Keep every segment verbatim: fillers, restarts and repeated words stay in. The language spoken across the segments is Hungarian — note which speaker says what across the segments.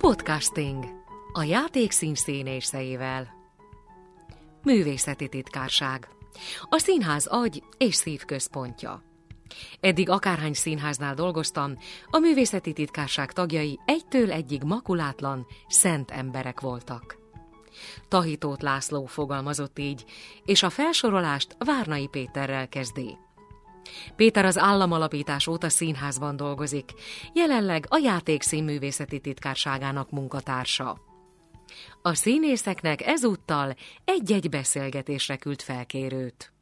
Speaker 1: Podcasting. A játékszín színészeivel. Művészeti titkárság. A színház agy és szív központja. Eddig akárhány színháznál dolgoztam, a művészeti titkárság tagjai egytől egyig makulátlan, szent emberek voltak. Tahitót László fogalmazott így, és a felsorolást Várnai Péterrel kezdi. Péter az államalapítás óta színházban dolgozik, jelenleg a játékszín művészeti titkárságának munkatársa. A színészeknek ezúttal egy-egy beszélgetésre küld felkérőt.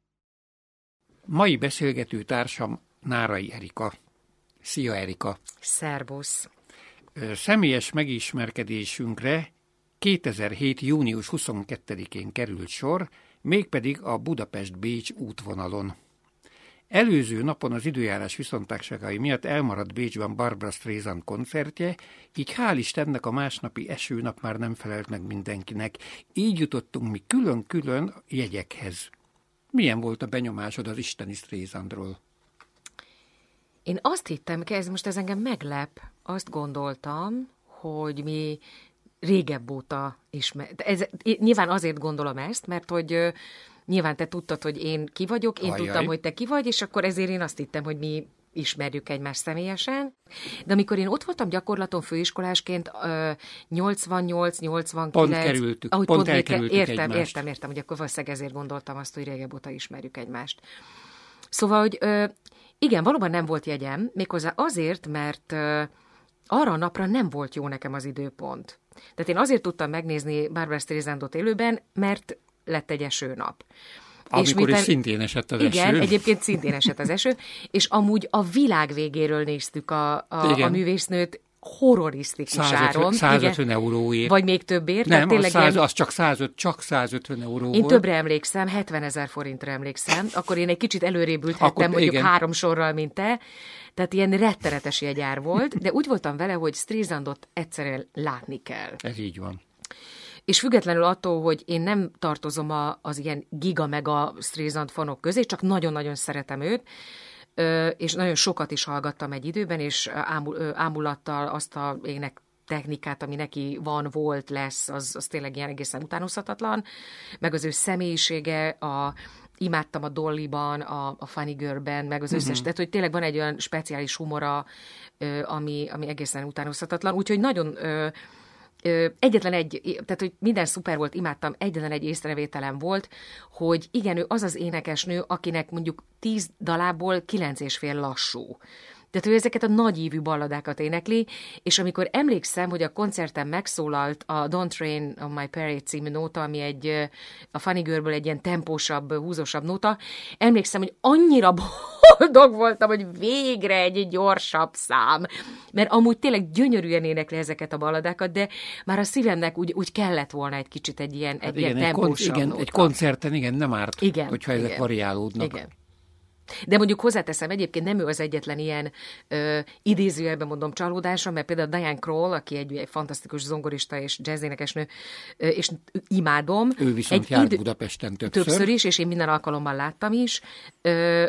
Speaker 2: Mai beszélgető társam Nárai Erika. Szia, Erika!
Speaker 1: Szerbusz!
Speaker 2: Személyes megismerkedésünkre kétezer-hét. június huszonkettedikén került sor, mégpedig a Budapest-Bécs útvonalon. Előző napon az időjárás viszontagságai miatt elmaradt Bécsben Barbra Streisand koncertje, így hál' Istennek a másnapi esőnap már nem felelt meg mindenkinek. Így jutottunk mi külön-külön jegyekhez. Milyen volt a benyomásod az isteni Streisandról?
Speaker 1: Én azt hittem, hogy ez most ez engem meglep. Azt gondoltam, hogy mi régebb óta ismer... Ez, nyilván azért gondolom ezt, mert hogy nyilván te tudtad, hogy én ki vagyok, én Ajaj. tudtam, hogy te ki vagy, és akkor ezért én azt hittem, hogy mi ismerjük egymást személyesen. De amikor én ott voltam gyakorlaton főiskolásként, nyolcvannyolc nyolcvankilenc...
Speaker 2: Pont kerültük,
Speaker 1: ahogy
Speaker 2: pont
Speaker 1: pont
Speaker 2: elkerültük
Speaker 1: értem,
Speaker 2: egymást.
Speaker 1: Értem, értem, hogy akkor valószínűleg ezért gondoltam azt, hogy régebb óta ismerjük egymást. Szóval, hogy igen, valóban nem volt jegyem, méghozzá azért, mert arra a napra nem volt jó nekem az időpont. Tehát én azért tudtam megnézni Barbra Streisandot élőben, mert lett egy esőnap.
Speaker 2: Amikor miután, is szintén esett az
Speaker 1: igen,
Speaker 2: eső.
Speaker 1: Igen, egyébként szintén esett az eső, és amúgy a világ végéről néztük a, a, a művésznőt horrorisztikus áron.
Speaker 2: százötven euróért.
Speaker 1: Vagy még többért.
Speaker 2: Nem, az, száz, az csak, százöt, csak százötven euró
Speaker 1: Én
Speaker 2: volt.
Speaker 1: többre emlékszem, hetvenezer forintra emlékszem. Akkor én egy kicsit előrébb ülthettem, mondjuk igen. három sorral, mint te. Tehát ilyen rettenetes jegyár volt, de úgy voltam vele, hogy Streisandot egyszerűen látni kell.
Speaker 2: Ez így van.
Speaker 1: És függetlenül attól, hogy én nem tartozom a, az ilyen giga-mega Streisand fanok közé, csak nagyon-nagyon szeretem őt, és nagyon sokat is hallgattam egy időben, és ámul, ámulattal azt a ének technikát, ami neki van, volt, lesz, az, az tényleg ilyen egészen utánozhatatlan, meg az ő személyisége, a, imádtam a Dollyban, a, a Funny Girl-ben, meg az összes, uh-huh. tehát hogy tényleg van egy olyan speciális humora, ami, ami egészen utánozhatatlan, úgyhogy nagyon... Egyetlen egy, tehát hogy minden szuper volt, imádtam, egyetlen egy észrevételem volt, hogy igen, ő az az énekesnő, akinek mondjuk tíz dalából kilenc és fél lassú. Tehát ő ezeket a nagyívű balladákat énekli, és amikor emlékszem, hogy a koncerten megszólalt a Don't Rain on My Parade című nóta, ami egy, a Funny Girl-ből egy ilyen tempósabb, húzósabb nóta, emlékszem, hogy annyira boldog voltam, hogy végre egy gyorsabb szám, mert amúgy tényleg gyönyörűen énekli ezeket a balladákat, de már a szívemnek úgy, úgy kellett volna egy kicsit egy ilyen, hát egy igen, ilyen tempósabb
Speaker 2: egy kon- igen,
Speaker 1: nóta. Egy
Speaker 2: koncerten igen, nem árt,
Speaker 1: igen,
Speaker 2: hogyha ezek
Speaker 1: igen,
Speaker 2: variálódnak.
Speaker 1: Igen. De mondjuk hozzáteszem, egyébként nem ő az egyetlen ilyen ö, idézőjelben mondom csalódása, mert például Diane Kroll, aki egy, egy fantasztikus zongorista és jazzénekesnő, ö, és imádom.
Speaker 2: Ő viszont
Speaker 1: egy
Speaker 2: járt
Speaker 1: idő,
Speaker 2: Budapesten többször.
Speaker 1: Többször is, és én minden alkalommal láttam is. Ö,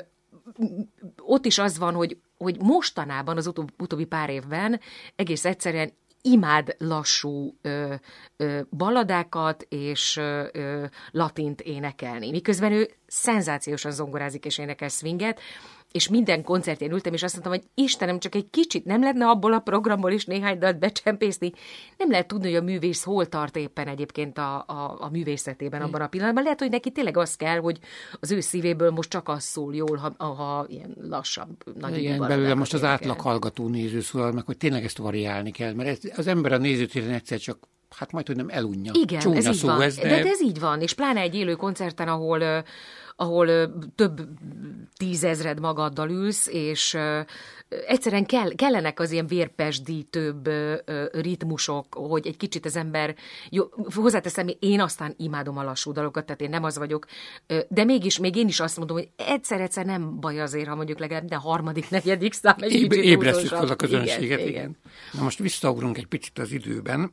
Speaker 1: ott is az van, hogy, hogy mostanában, az utó, utóbbi pár évben egész egyszerűen imád lassú ö, ö, balladákat és ö, ö, latint énekelni. Miközben ő szenzációsan zongorázik és énekel swinget, és minden koncertjén ültem, és azt mondtam, hogy Istenem, csak egy kicsit nem lehetne abból a programból is néhány dalt becsempészni. Nem lehet tudni, hogy a művész hol tart éppen egyébként a, a, a művészetében abban a pillanatban. Lehet, hogy neki tényleg az kell, hogy az ő szívéből most csak az szól jól, ha, ha ilyen lassabb, nagy
Speaker 2: igen, belőle most az átlag hallgató néző szólal meg, hogy tényleg ezt variálni kell, mert ez, az ember a nézőtéren egyszer csak hát majd, hogy nem elunja.
Speaker 1: Igen,
Speaker 2: Csúnya
Speaker 1: ez így
Speaker 2: szó
Speaker 1: van.
Speaker 2: Ez, de...
Speaker 1: de ez így van, és pláne egy élő koncerten, ahol ahol több tízezred magaddal ülsz, és egyszerűen kell, kellenek az ilyen vérpesdítőbb ritmusok, hogy egy kicsit az ember, jó, hozzáteszem, én aztán imádom a lassú dalokat, tehát én nem az vagyok, de mégis, még én is azt mondom, hogy egyszer-egyszer nem baj azért, ha mondjuk legalább de harmadik, negyedik szám egy
Speaker 2: Éb,
Speaker 1: kicsit
Speaker 2: ébresztjük fel a közönséget,
Speaker 1: igen,
Speaker 2: igen. igen. Na most visszaugrunk egy picit az időben.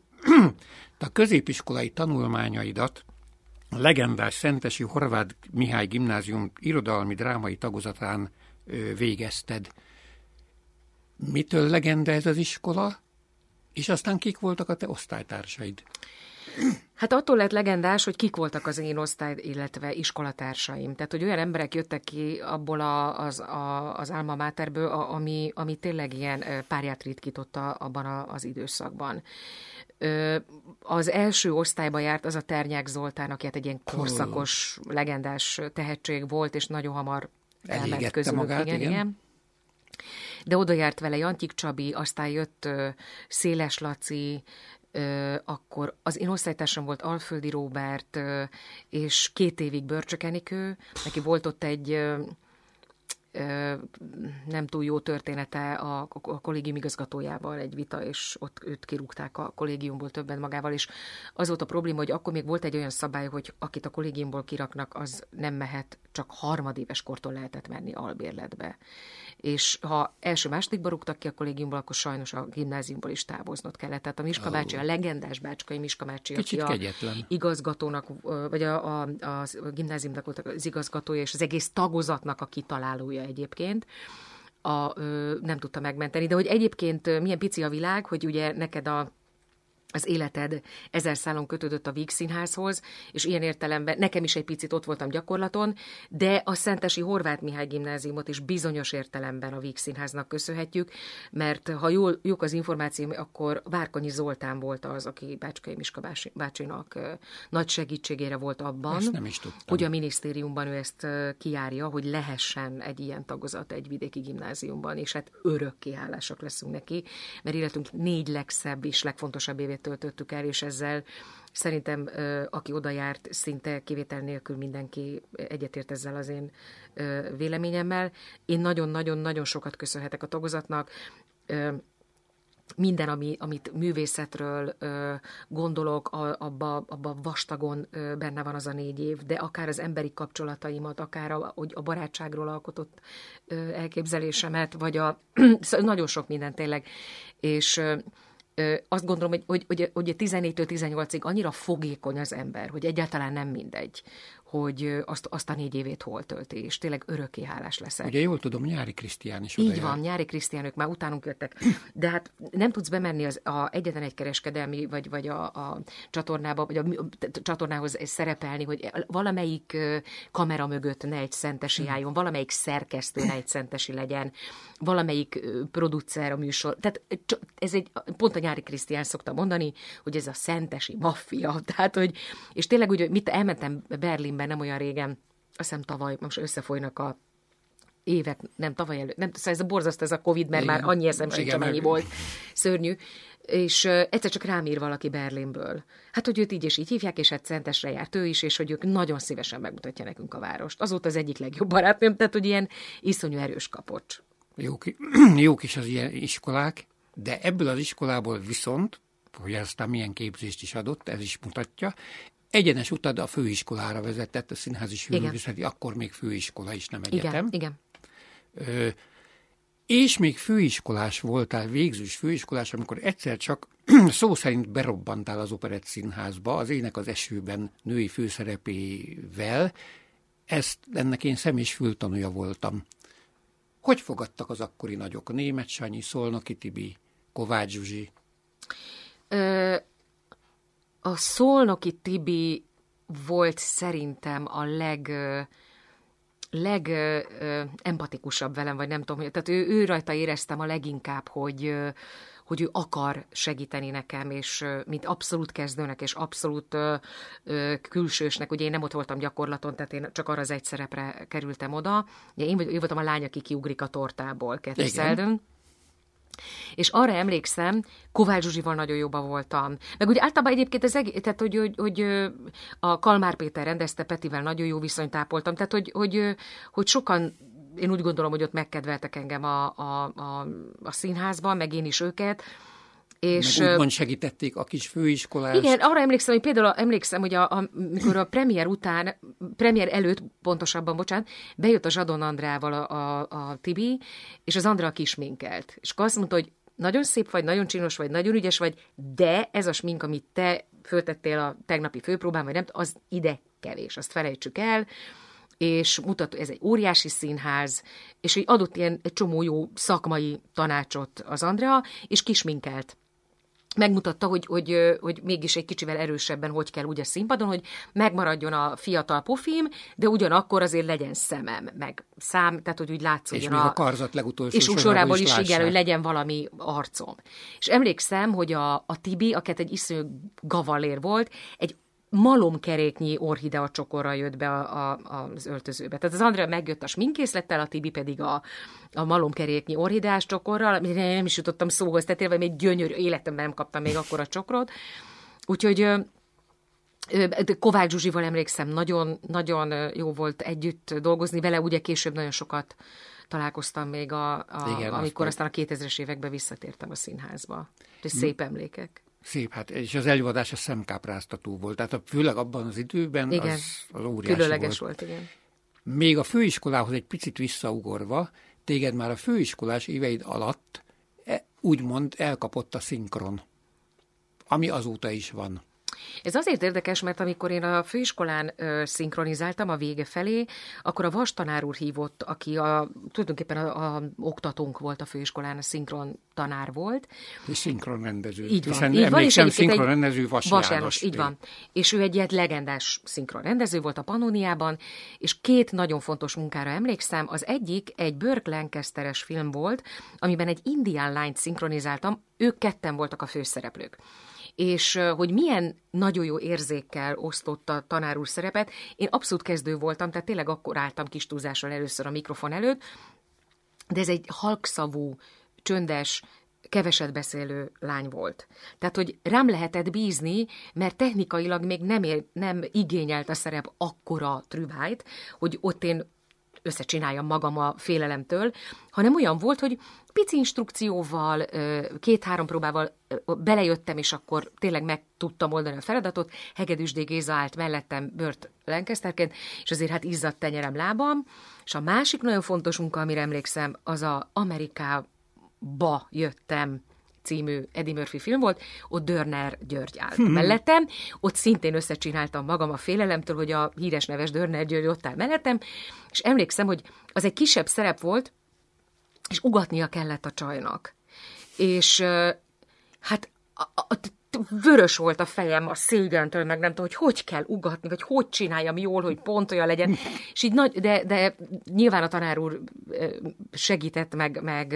Speaker 2: A középiskolai tanulmányaidat a legendás Szentesi Horváth Mihály Gimnázium irodalmi drámai tagozatán végezted. Mitől legenda ez az iskola, És aztán kik voltak a te osztálytársaid?
Speaker 1: Hát attól lett legendás, hogy kik voltak az én osztály, illetve iskolatársaim. Tehát, hogy olyan emberek jöttek ki abból a, az, a, az alma materből, a, ami, ami tényleg ilyen párját ritkította abban a, az időszakban. Az első osztályba járt az a Ternyák Zoltán, aki hát egy ilyen korszakos, legendás tehetség volt, és nagyon hamar elment közülük.
Speaker 2: Magát,
Speaker 1: igen,
Speaker 2: igen.
Speaker 1: igen. De oda járt vele Jantyik Csabi, aztán jött Széles Laci, akkor az én osztálytársam volt Alföldi Róbert, és két évig Börcsök Enikő, neki volt ott egy nem túl jó története a, a kollégium igazgatójával, egy vita, és ott őt kirúgták a kollégiumból többen magával, és az volt a probléma, hogy akkor még volt egy olyan szabály, hogy akit a kollégiumból kiraknak, az nem mehet, csak harmadéves kortól lehetett menni albérletbe. És ha első-másodikba rúgtak ki a kollégiumból, akkor sajnos a gimnáziumból is távoznod kellett. Tehát a Miska oh. bácsi, a legendás Bácskai Miska bácsi,
Speaker 2: kicsit
Speaker 1: aki
Speaker 2: kegyetlen.
Speaker 1: a igazgatónak, vagy a, a, a, a gimnáziumnak volt az igazgatója, és az egész tagozatnak a kitalálója egyébként, a, nem tudta megmenteni. De hogy egyébként milyen pici a világ, hogy ugye neked a az életed ezer szálon kötődött a Víg Színházhoz, és ilyen értelemben nekem is egy picit ott voltam gyakorlaton, de a Szentesi Horváth Mihály Gimnáziumot is bizonyos értelemben a Víg Színháznak köszönhetjük, mert ha jól, jók az információm, akkor Várkonyi Zoltán volt az, aki Bácskai Miska bácsinak nagy segítségére volt abban,
Speaker 2: ezt nem is tudtam.
Speaker 1: Hogy a minisztériumban ő ezt kijárja, hogy lehessen egy ilyen tagozat egy vidéki gimnáziumban, és hát örökké hálásak leszünk neki, mert életünk négy legszebb és legfontosabb évét töltöttük el, és ezzel szerintem, aki oda járt, szinte kivétel nélkül mindenki egyetért ezzel az én véleményemmel. Én nagyon-nagyon-nagyon sokat köszönhetek a tagozatnak. Minden, ami, amit művészetről ö, gondolok, a, abba, abba vastagon ö, benne van az a négy év, de akár az emberi kapcsolataimat, akár a, a barátságról alkotott ö, elképzelésemet, vagy a nagyon sok minden tényleg. És ö, ö, azt gondolom, hogy, hogy, hogy, hogy tizennégytől tizennyolcig annyira fogékony az ember, hogy egyáltalán nem mindegy, hogy azt, azt a négy évét hol tölti, és tényleg örökké hálás leszek.
Speaker 2: Ugye jól tudom, Nyári Krisztián is
Speaker 1: Így van, Nyári Krisztiánok már utánunk jöttek. De hát nem tudsz bemenni az, a, egyetlen egy kereskedelmi, vagy, vagy a, a csatornába, vagy a, a csatornához szerepelni, hogy valamelyik kamera mögött ne egy szentesi álljon, valamelyik szerkesztő ne egy szentesi legyen, valamelyik producer a műsor. Tehát ez egy, pont a Nyári Krisztián szokta mondani, hogy ez a szentesi maffia. Tehát, hogy, és tényleg úgy, mit elmentem Berlinben nem olyan régen, azt hiszem tavaly, most összefolynak a évek, nem tavaly előtt, nem, szóval ez a borzasztó, ez a Covid, mert igen, már annyi eszem sincs, amennyi volt. Szörnyű. És uh, egyszer csak rám ír valaki Berlinből. Hát, hogy őt így és így hívják, és hát Szentesre járt ő is, és hogy ők nagyon szívesen megmutatja nekünk a várost. Azóta az egyik legjobb barátnőm, tehát, hogy ilyen iszonyú erős kapocs.
Speaker 2: Jók, jók is az ilyen iskolák, de ebből az iskolából viszont, hogy aztán milyen képzést is adott, ez is mutatja, egyenes utad a főiskolára vezetett, a színházi sűrűvészeti, akkor még főiskola is, nem egyetem.
Speaker 1: Igen, igen.
Speaker 2: Ö, és még főiskolás voltál, végzős főiskolás, amikor egyszer csak szó szerint berobbantál az Operett Színházba, az Ének az esőben női főszerepével. Ezt ennek én szem- és fültanúja voltam. Hogy fogadtak az akkori nagyok? Németh Sanyi, Szolnoki Tibi, Kovács Zsuzsi?
Speaker 1: Ö... A Szolnoki Tibi volt szerintem a leg, leg ö, empatikusabb velem, vagy nem tudom, tehát ő, ő rajta éreztem a leginkább, hogy, hogy ő akar segíteni nekem, és mint abszolút kezdőnek, és abszolút ö, ö, külsősnek, ugye én nem ott voltam gyakorlaton, tehát én csak arra az egy szerepre kerültem oda. Ugye én, én voltam a lány, aki kiugrik a tortából, Kathy Sheldon. És arra emlékszem, Kovács Zsuzsival nagyon jobban voltam. Meg ugye általában egyébként az egész, tehát hogy, hogy, hogy a Kalmár Péter rendezte, Petivel nagyon jó viszonyt ápoltam, tehát hogy, hogy, hogy sokan, én úgy gondolom, hogy ott megkedveltek engem a, a, a, a színházban, meg én is őket. És
Speaker 2: meg úgymond segítették a kis főiskolást.
Speaker 1: Igen, arra emlékszem, hogy például emlékszem, hogy a, a, mikor a premier után, premier előtt, pontosabban, bocsánat, bejött a Zsadon Andrával a, a, a Tibi, és az Andra kisminkelt. És akkor azt mondta, hogy nagyon szép vagy, nagyon csinos vagy, nagyon ügyes vagy, de ez a smink, amit te föltettél a tegnapi főpróbán, vagy nem, az ide kevés, azt felejtsük el, és mutat, ez egy óriási színház, és hogy adott ilyen egy csomó jó szakmai tanácsot az Andrea, és kisminkelt. megmutatta, hogy, hogy, hogy mégis egy kicsivel erősebben hogy kell úgy a színpadon, hogy megmaradjon a fiatal pofim, de ugyanakkor azért legyen szemem, meg szám, tehát hogy úgy látszódjon.
Speaker 2: És még a karzat legutolsó
Speaker 1: és sorából is,
Speaker 2: is
Speaker 1: igen, hogy legyen valami arcom. És emlékszem, hogy a, a Tibi, akit egy iszonyú gavalér volt, egy malomkeréknyi orchidea csokorra jött be a, a, az öltözőbe. Tehát az Andrea megjött a sminkészlettel, a Tibi pedig a, a malomkeréknyi orchideás csokorral, nem is jutottam szóhoz, tehát tényleg még gyönyörű, életemben nem kaptam még akkor a csokrot. Úgyhogy Kovács Zsuzsival emlékszem, nagyon, nagyon jó volt együtt dolgozni vele, ugye később nagyon sokat találkoztam még, a, a, igen, amikor azt aztán a kétezres években visszatértem a színházba. És szép emlékek.
Speaker 2: Szép, hát, és az előadás a szemkápráztató volt, tehát főleg abban az időben
Speaker 1: igen,
Speaker 2: az, az óriási
Speaker 1: különleges
Speaker 2: volt.
Speaker 1: volt, igen.
Speaker 2: Még a főiskolához egy picit visszaugorva, téged már a főiskolás éveid alatt úgymond elkapott a szinkron, ami azóta is van.
Speaker 1: Ez azért érdekes, mert amikor én a főiskolán ö, szinkronizáltam a vége felé, akkor a Vas tanár úr hívott, aki a, tulajdonképpen a, a oktatónk volt a főiskolán, a szinkron tanár volt.
Speaker 2: És szinkronrendező.
Speaker 1: Így van.
Speaker 2: Hiszen
Speaker 1: így van,
Speaker 2: emlékszem, szinkronrendező Vas,
Speaker 1: Vas
Speaker 2: János.
Speaker 1: János. Így van. És ő egy ilyen legendás szinkronrendező volt a Pannoniában, és két nagyon fontos munkára emlékszem. Az egyik egy Burke Lancasteres film volt, amiben egy indián lányt szinkronizáltam, ők ketten voltak a főszereplők. És hogy milyen nagyon jó érzékkel osztotta a tanár úr szerepet. Én abszolút kezdő voltam, tehát tényleg akkor álltam kis túlzással először a mikrofon előtt, de ez egy halkszavú, csöndes, keveset beszélő lány volt. Tehát, hogy rám lehetett bízni, mert technikailag még nem, ér, nem igényelt a szerep akkora trüvájt, hogy ott én összecsináljam magam a félelemtől, hanem olyan volt, hogy pici instrukcióval, két-három próbával belejöttem, és akkor tényleg meg tudtam oldani a feladatot. Hegedűs D. Géza állt mellettem Burt Lancasterként, és azért hát izzadt tenyerem lábam. És a másik nagyon fontos munka, amire emlékszem, az a Amerikába jöttem című Eddie Murphy film volt, ott Dörner György állt hmm. mellettem, ott szintén összecsináltam magam a félelemtől, hogy a híres neves Dörner György ott áll mellettem, és emlékszem, hogy az egy kisebb szerep volt, és ugatnia kellett a csajnak. És hát a, a, a, vörös volt a fejem a szégyentől, meg nem tudom, hogy hogy kell ugatni, vagy hogy csináljam jól, hogy pont olyan legyen. És így nagy, de, de nyilván a tanár úr segített, meg, meg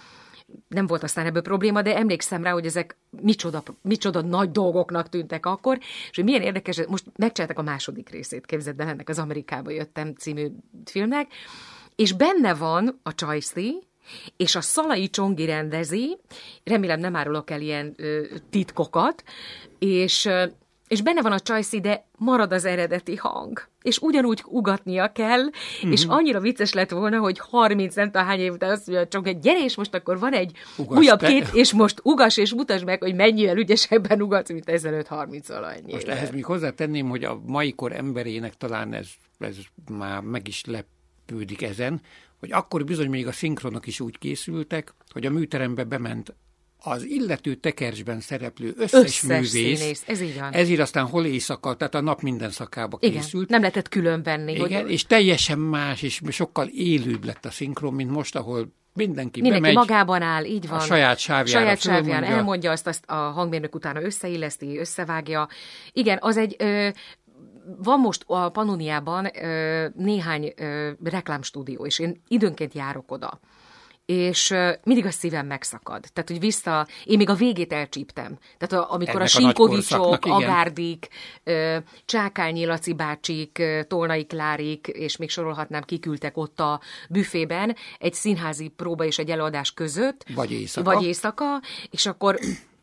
Speaker 1: nem volt aztán ebből probléma, de emlékszem rá, hogy ezek micsoda, micsoda nagy dolgoknak tűntek akkor, és hogy milyen érdekes, most megcsináltak a második részét, képzeld el, ennek az Amerikába jöttem című filmnek, és benne van a Csajci, és a Szalai Csongi rendezi, remélem nem árulok el ilyen ö, titkokat, és, ö, és benne van a Csajci, de marad az eredeti hang. És ugyanúgy ugatnia kell, mm-hmm. és annyira vicces lett volna, hogy harminc nem tudom hány év után azt mondja, csak egy gyere, és most akkor van egy Ugass újabb te. Két, és most ugass, és mutasd meg, hogy mennyivel ügyesebben ugatsz, mint ezelőtt harminc-valahány
Speaker 2: Most ehhez még hozzátenném, hogy a mai kor emberének talán ez, ez már meg is lepődik ezen, hogy akkor bizony még a szinkronok is úgy készültek, hogy a műterembe bement az illető tekercsben szereplő összes, összes művész,
Speaker 1: színész, ez így van.
Speaker 2: Ezért aztán hol éjszaka, tehát a nap minden szakába készült.
Speaker 1: Igen, nem lehetett külön venni.
Speaker 2: Igen, hogy... és teljesen más, és sokkal élőbb lett a szinkron, mint most, ahol mindenki,
Speaker 1: mindenki
Speaker 2: bemegy.
Speaker 1: magában áll, így van.
Speaker 2: A saját sávjára.
Speaker 1: Saját sávján elmondja azt, azt a hangmérnök utána összeilleszti, összevágja. Igen, az egy... Ö, van most a Pannoniában ö, néhány ö, reklámstúdió, és én időnként járok oda. És ö, mindig a szívem megszakad. Tehát, hogy vissza, én még a végét elcsíptem. Tehát a, amikor Ennek a Sinkovicsok, Agárdik, ö, Csákányi Laci bácsik, ö, Tolnai Klárik, és még sorolhatnám, kiküldtek ott a büfében egy színházi próba és egy előadás között.
Speaker 2: Vagy éjszaka.
Speaker 1: Vagy éjszaka, és akkor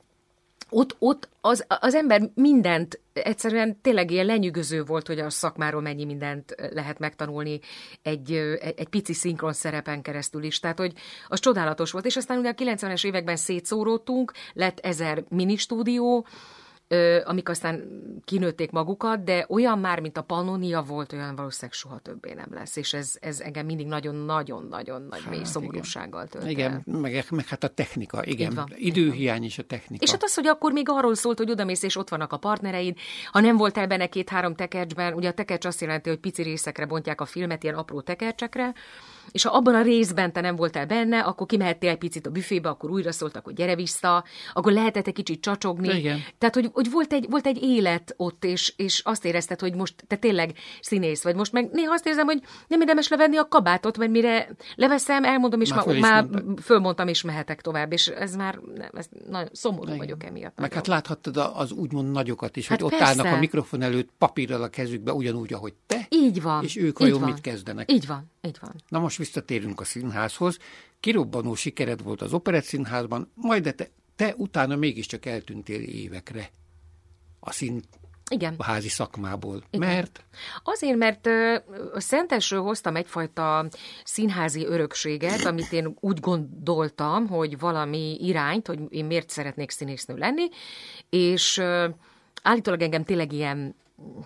Speaker 1: ott, ott az, az ember mindent, egyszerűen tényleg ilyen lenyűgöző volt, hogy a szakmáról mennyi mindent lehet megtanulni egy, egy, egy pici szinkron szerepen keresztül is. Tehát, hogy az csodálatos volt. És aztán ugye a kilencvenes években szétszóródtunk, lett ezer mini-stúdió, amik aztán kinőtték magukat, de olyan már, mint a Pannonia volt, olyan valószínűleg soha többé nem lesz. És ez, ez engem mindig nagyon-nagyon-nagyon nagy hát, mély szomorúsággal tölt
Speaker 2: Igen,
Speaker 1: el.
Speaker 2: meg, meg hát a technika, igen. Van, időhiány is a technika.
Speaker 1: És hát az, hogy akkor még arról szólt, hogy odamész, és ott vannak a partnereid. Ha nem voltál benne két-három tekercsben, ugye a tekercs azt jelenti, hogy pici részekre bontják a filmet, ilyen apró tekercsekre, és ha abban a részben te nem voltál benne, akkor kimehettél egy picit a büfébe, akkor újra szóltak, hogy gyere vissza, akkor lehetett egy kicsit csacsogni.
Speaker 2: Igen.
Speaker 1: Tehát, hogy, hogy volt, egy, volt egy élet ott, és, és azt érezted, hogy most te tényleg színész vagy. Most meg néha azt érzem, hogy nem érdemes levenni a kabátot, mert mire leveszem, elmondom, és már, már fölmondtam, és mehetek tovább, és ez már nem, ez nagyon szomorú Igen. vagyok emiatt.
Speaker 2: Meg hát láthattad az úgymond nagyokat is,
Speaker 1: hát
Speaker 2: hogy ott
Speaker 1: persze.
Speaker 2: állnak a mikrofon előtt papírral a kezükbe, ugyanúgy, ahogy te.
Speaker 1: Így van.
Speaker 2: És ők vajon mit kezdenek.
Speaker 1: Így van, így van.
Speaker 2: Na most visszatérünk a színházhoz. Kirobbanó sikered volt az Operettszínházban, majd de te, te utána mégiscsak eltűntél évekre a szín
Speaker 1: Igen.
Speaker 2: a házi szakmából.
Speaker 1: Igen.
Speaker 2: Mert?
Speaker 1: Azért, mert a Szentesről hoztam egyfajta színházi örökséget, amit én úgy gondoltam, hogy valami irányt, hogy én miért szeretnék színésznő lenni, és állítólag engem tényleg ilyen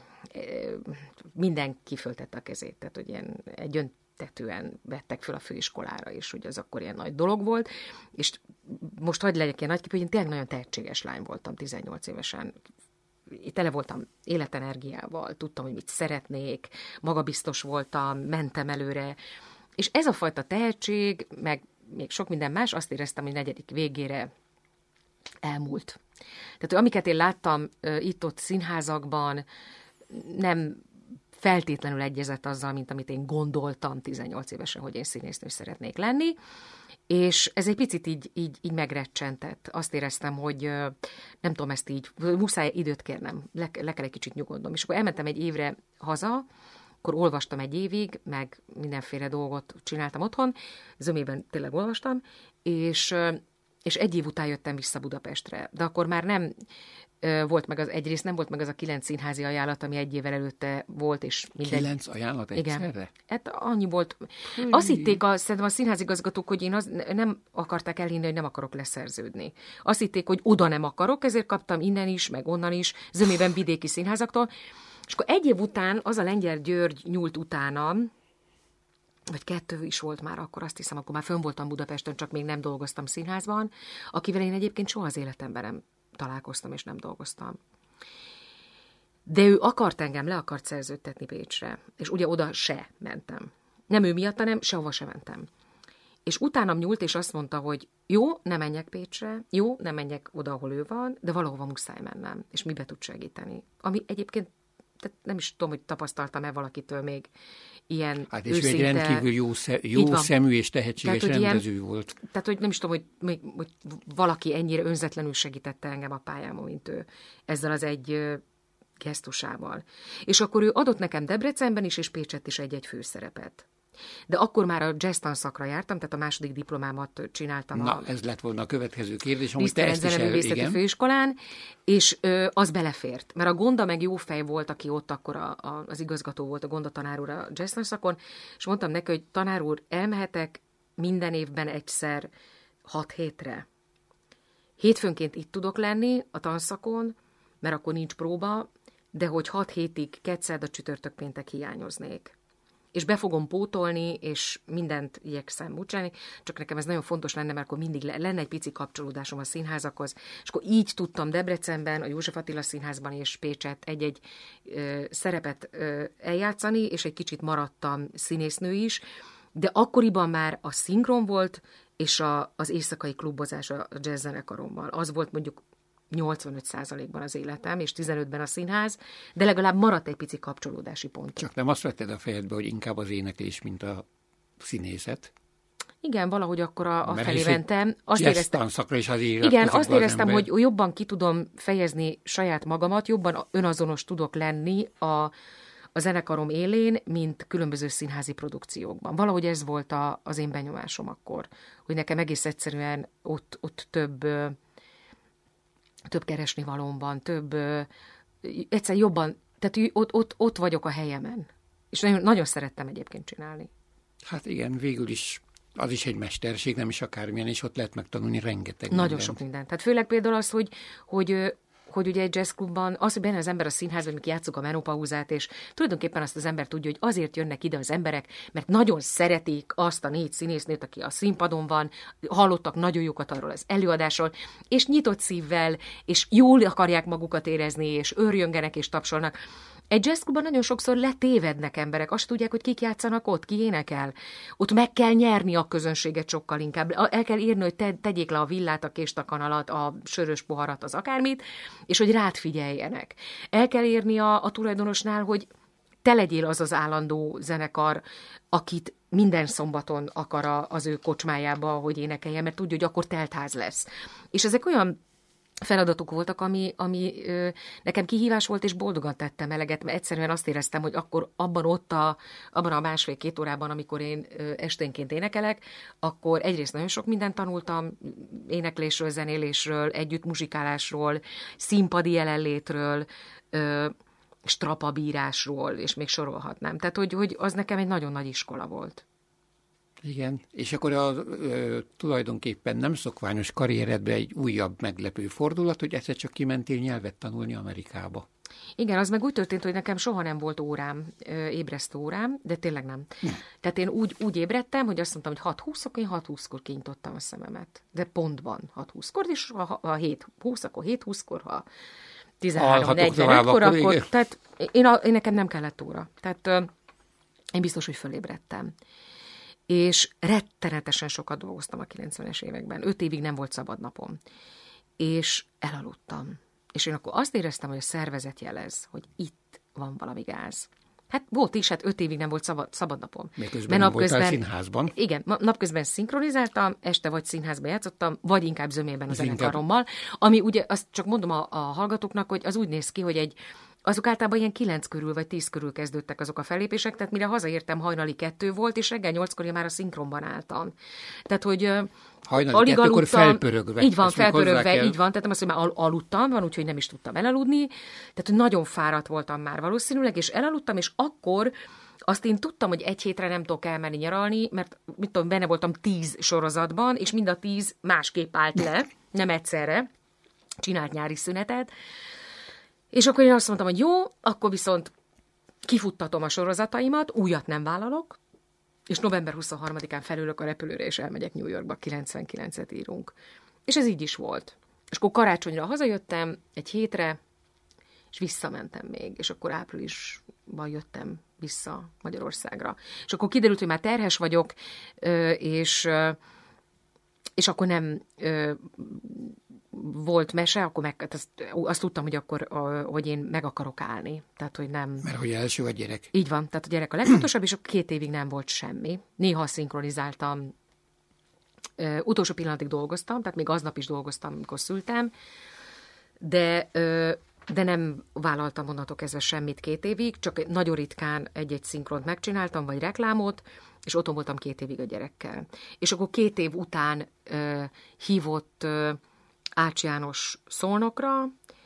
Speaker 1: mindenki föltette a kezét, tehát hogy ilyen egy öntetően vettek föl a főiskolára, és hogy az akkor ilyen nagy dolog volt, és most hagyd legyek ilyen nagyképű, hogy én tényleg nagyon tehetséges lány voltam tizennyolc évesen, tele voltam életenergiával, tudtam, hogy mit szeretnék, magabiztos voltam, mentem előre, és ez a fajta tehetség, meg még sok minden más, azt éreztem, hogy negyedik végére elmúlt. Tehát, hogy amiket én láttam itt-ott színházakban, nem feltétlenül egyezett azzal, mint amit én gondoltam tizennyolc évesen, hogy én színésznő szeretnék lenni, és ez egy picit így, így, így megrecsentett. Azt éreztem, hogy nem tudom ezt így, muszáj időt kérnem, le, le kell egy kicsit nyugodnom. És akkor elmentem egy évre haza, akkor olvastam egy évig, meg mindenféle dolgot csináltam otthon, zömében tényleg olvastam, és, és egy év után jöttem vissza Budapestre. De akkor már nem volt meg az, egyrészt nem volt meg az a kilenc színházi ajánlat, ami egy évvel előtte volt, és minden...
Speaker 2: Kilenc ajánlat egyszerre?
Speaker 1: Igen. Hát annyi volt. Hű. Azt hitték a, szerintem a színházigazgatók, hogy én az, nem akarták elhinni, hogy nem akarok leszerződni. Azt hitték, hogy oda nem akarok, ezért kaptam innen is, meg onnan is, zömében vidéki színházaktól. És akkor egy év után az a Lengyel György nyúlt utánam, vagy kettő is volt már akkor, azt hiszem, akkor már fönn voltam Budapesten, csak még nem dolgoztam színházban, akivel én egyébként soha az életemben nem találkoztam, és nem dolgoztam. De ő akart engem, le akart szerződtetni Pécsre, és ugye oda se mentem. Nem ő miatt, hanem sehova se mentem. És utánam nyúlt, és azt mondta, hogy jó, nem menjek Pécsre, jó, nem menjek oda, ahol ő van, de valahova muszáj mennem, és mibe tud segíteni. Ami egyébként, tehát nem is tudom, hogy tapasztaltam-e valakitől még ilyen
Speaker 2: hát és
Speaker 1: őszinte...
Speaker 2: egy rendkívül jó, sze- jó szemű és tehetséges tehát, rendező ilyen, volt.
Speaker 1: Tehát, hogy nem is tudom, hogy, hogy valaki ennyire önzetlenül segítette engem a pályámon, mint ő, ezzel az egy gesztusával. És akkor ő adott nekem Debrecenben is, és Pécsett is egy-egy főszerepet. De akkor már a jazz tanszakra jártam, tehát a második diplomámat csináltam.
Speaker 2: Na,
Speaker 1: a
Speaker 2: ez lett volna a következő kérdés, amit te ezt is el, igen.
Speaker 1: főiskolán, és ö, az belefért. Mert a Gonda meg jó fej volt, aki ott akkor a, a, az igazgató volt, a Gonda tanár úr a jazz tanszakon, és mondtam neki, hogy tanár úr, elmehetek minden évben egyszer hat hétre. Hétfőnként itt tudok lenni a tanszakon, mert akkor nincs próba, de hogy hat hétig kedszerda csütörtök péntek hiányoznék. És be fogom pótolni, és mindent igyekszem úgy csinálni, csak nekem ez nagyon fontos lenne, mert akkor mindig lenne egy pici kapcsolódásom a színházakhoz, és akkor így tudtam Debrecenben, a József Attila Színházban és Pécsett egy-egy ö, szerepet ö, eljátszani, és egy kicsit maradtam színésznő is, de akkoriban már a szinkron volt, és a, az éjszakai klubozás a jazz zenekarommal. Az volt mondjuk nyolcvanöt százalékban az életem, és tizenötben a színház, de legalább maradt egy pici kapcsolódási pont.
Speaker 2: Csak nem azt vetted a fejedbe, hogy inkább az éneklés, mint a színészet?
Speaker 1: Igen, valahogy akkor a, a felé mentem. Azt
Speaker 2: éreztem, is az
Speaker 1: igen, azt éreztem, az hogy jobban ki tudom fejezni saját magamat, jobban önazonos tudok lenni a, a zenekarom élén, mint különböző színházi produkciókban. Valahogy ez volt a, az én benyomásom akkor, hogy nekem egész egyszerűen ott, ott több... több keresni valóm van, több, ö, egyszer jobban, tehát ott, ott, ott vagyok a helyemen. És nagyon, nagyon szerettem egyébként csinálni.
Speaker 2: Hát igen, végül is az is egy mesterség, nem is akármilyen, és ott lehet megtanulni rengeteg
Speaker 1: Nagyon
Speaker 2: mindent.
Speaker 1: sok mindent. Tehát főleg például az, hogy, hogy, hogy ugye egy jazzklubban, az, hogy benne az ember a színházban, amikor játsszuk a menopauzát, és tulajdonképpen azt az ember tudja, hogy azért jönnek ide az emberek, mert nagyon szeretik azt a négy színésznőt, aki a színpadon van, hallottak nagyon jókat arról az előadásról, és nyitott szívvel, és jól akarják magukat érezni, és őrjöngenek és tapsolnak. Egy jazzklubban nagyon sokszor letévednek emberek, azt tudják, hogy kik játszanak ott, ki énekel. Ott meg kell nyerni a közönséget sokkal inkább. El kell írni, hogy te, tegyék le a villát, a kést, a kanalat, a sörös poharat, az akármit, és hogy rád figyeljenek. El kell írni a, a tulajdonosnál, hogy te legyél az az állandó zenekar, akit minden szombaton akar az ő kocsmájába, hogy énekelje, mert tudja, hogy akkor teltház lesz. És ezek olyan feladatok voltak, ami, ami ö, nekem kihívás volt, és boldogan tettem eleget, mert egyszerűen azt éreztem, hogy akkor abban ott a, abban a másfél-két órában, amikor én ö, esténként énekelek, akkor egyrészt nagyon sok mindent tanultam, éneklésről, zenélésről, együtt muzsikálásról, színpadi jelenlétről, ö, strapabírásról, és még sorolhatnám. Tehát, hogy, hogy az nekem egy nagyon nagy iskola volt.
Speaker 2: Igen, és akkor a, ö, tulajdonképpen nem szokványos karrieredbe egy újabb meglepő fordulat, hogy egyszer csak kimentél nyelvet tanulni Amerikába.
Speaker 1: Igen, az meg úgy történt, hogy nekem soha nem volt órám, ébresztő órám, de tényleg nem. Hm. Tehát én úgy, úgy ébredtem, hogy azt mondtam, hogy hat húszkor, én hat húszkor kinyitottam a szememet. De pontban hat húszkor, és ha, ha hét húsz, akkor hét húszkor, ha tizenhárom negyvenötkor, akkor, akkor tehát én, a, én nekem nem kellett óra. Tehát uh, én biztos, hogy fölébredtem. És rettenetesen sokat dolgoztam a kilencvenes években. Öt évig nem volt szabad napom. És elaludtam. És én akkor azt éreztem, hogy a szervezet jelez, hogy itt van valami gáz. Hát volt is, hát öt évig nem volt szabad, szabad napom.
Speaker 2: Miközben nem voltál színházban.
Speaker 1: Igen, napközben szinkronizáltam, este vagy színházban játszottam, vagy inkább zömében a zenekarommal, ami ugye, azt csak mondom a, a hallgatóknak, hogy az úgy néz ki, hogy egy azok általában ilyen kilenc körül vagy tíz körül kezdődtek azok a fellépések, tehát mire hazaértem, hajnali kettő volt, és reggel nyolckor én már a szinkronban álltam. Tehát, hogy
Speaker 2: hajnali alig kettőkor aludtam, felpörögve.
Speaker 1: Így van, felpörögve, így van, tehát nem azt, hogy már aludtam, van, úgyhogy nem is tudtam elaludni, tehát hogy nagyon fáradt voltam már valószínűleg, és elaludtam, és akkor azt én tudtam, hogy egy hétre nem tudok elmenni nyaralni, mert mit tudom, benne voltam tíz sorozatban, és mind a tíz másképp állt le, nem egyszerre, csinált nyári szünetet. És akkor én azt mondtam, hogy jó, akkor viszont kifuttatom a sorozataimat, újat nem vállalok, és november huszonharmadikán felülök a repülőre, és elmegyek New Yorkba, kilencvenkilencet írunk. És ez így is volt. És akkor karácsonyra hazajöttem egy hétre, és visszamentem még, és akkor áprilisban jöttem vissza Magyarországra. És akkor kiderült, hogy már terhes vagyok, és, és akkor nem volt mese, akkor meg, azt, azt tudtam, hogy akkor, hogy én meg akarok állni. Tehát, hogy nem...
Speaker 2: Mert hogy első a gyerek.
Speaker 1: Így van, tehát a gyerek a legfontosabb, és akkor két évig nem volt semmi. Néha szinkronizáltam, uh, utolsó pillanatig dolgoztam, tehát még aznap is dolgoztam, amikor szültem, de, uh, de nem vállaltam onnantól kezdve semmit két évig, csak nagyon ritkán egy-egy szinkront megcsináltam, vagy reklámot, és otthon voltam két évig a gyerekkel. És akkor két év után uh, hívott uh, Ács János Szolnokra,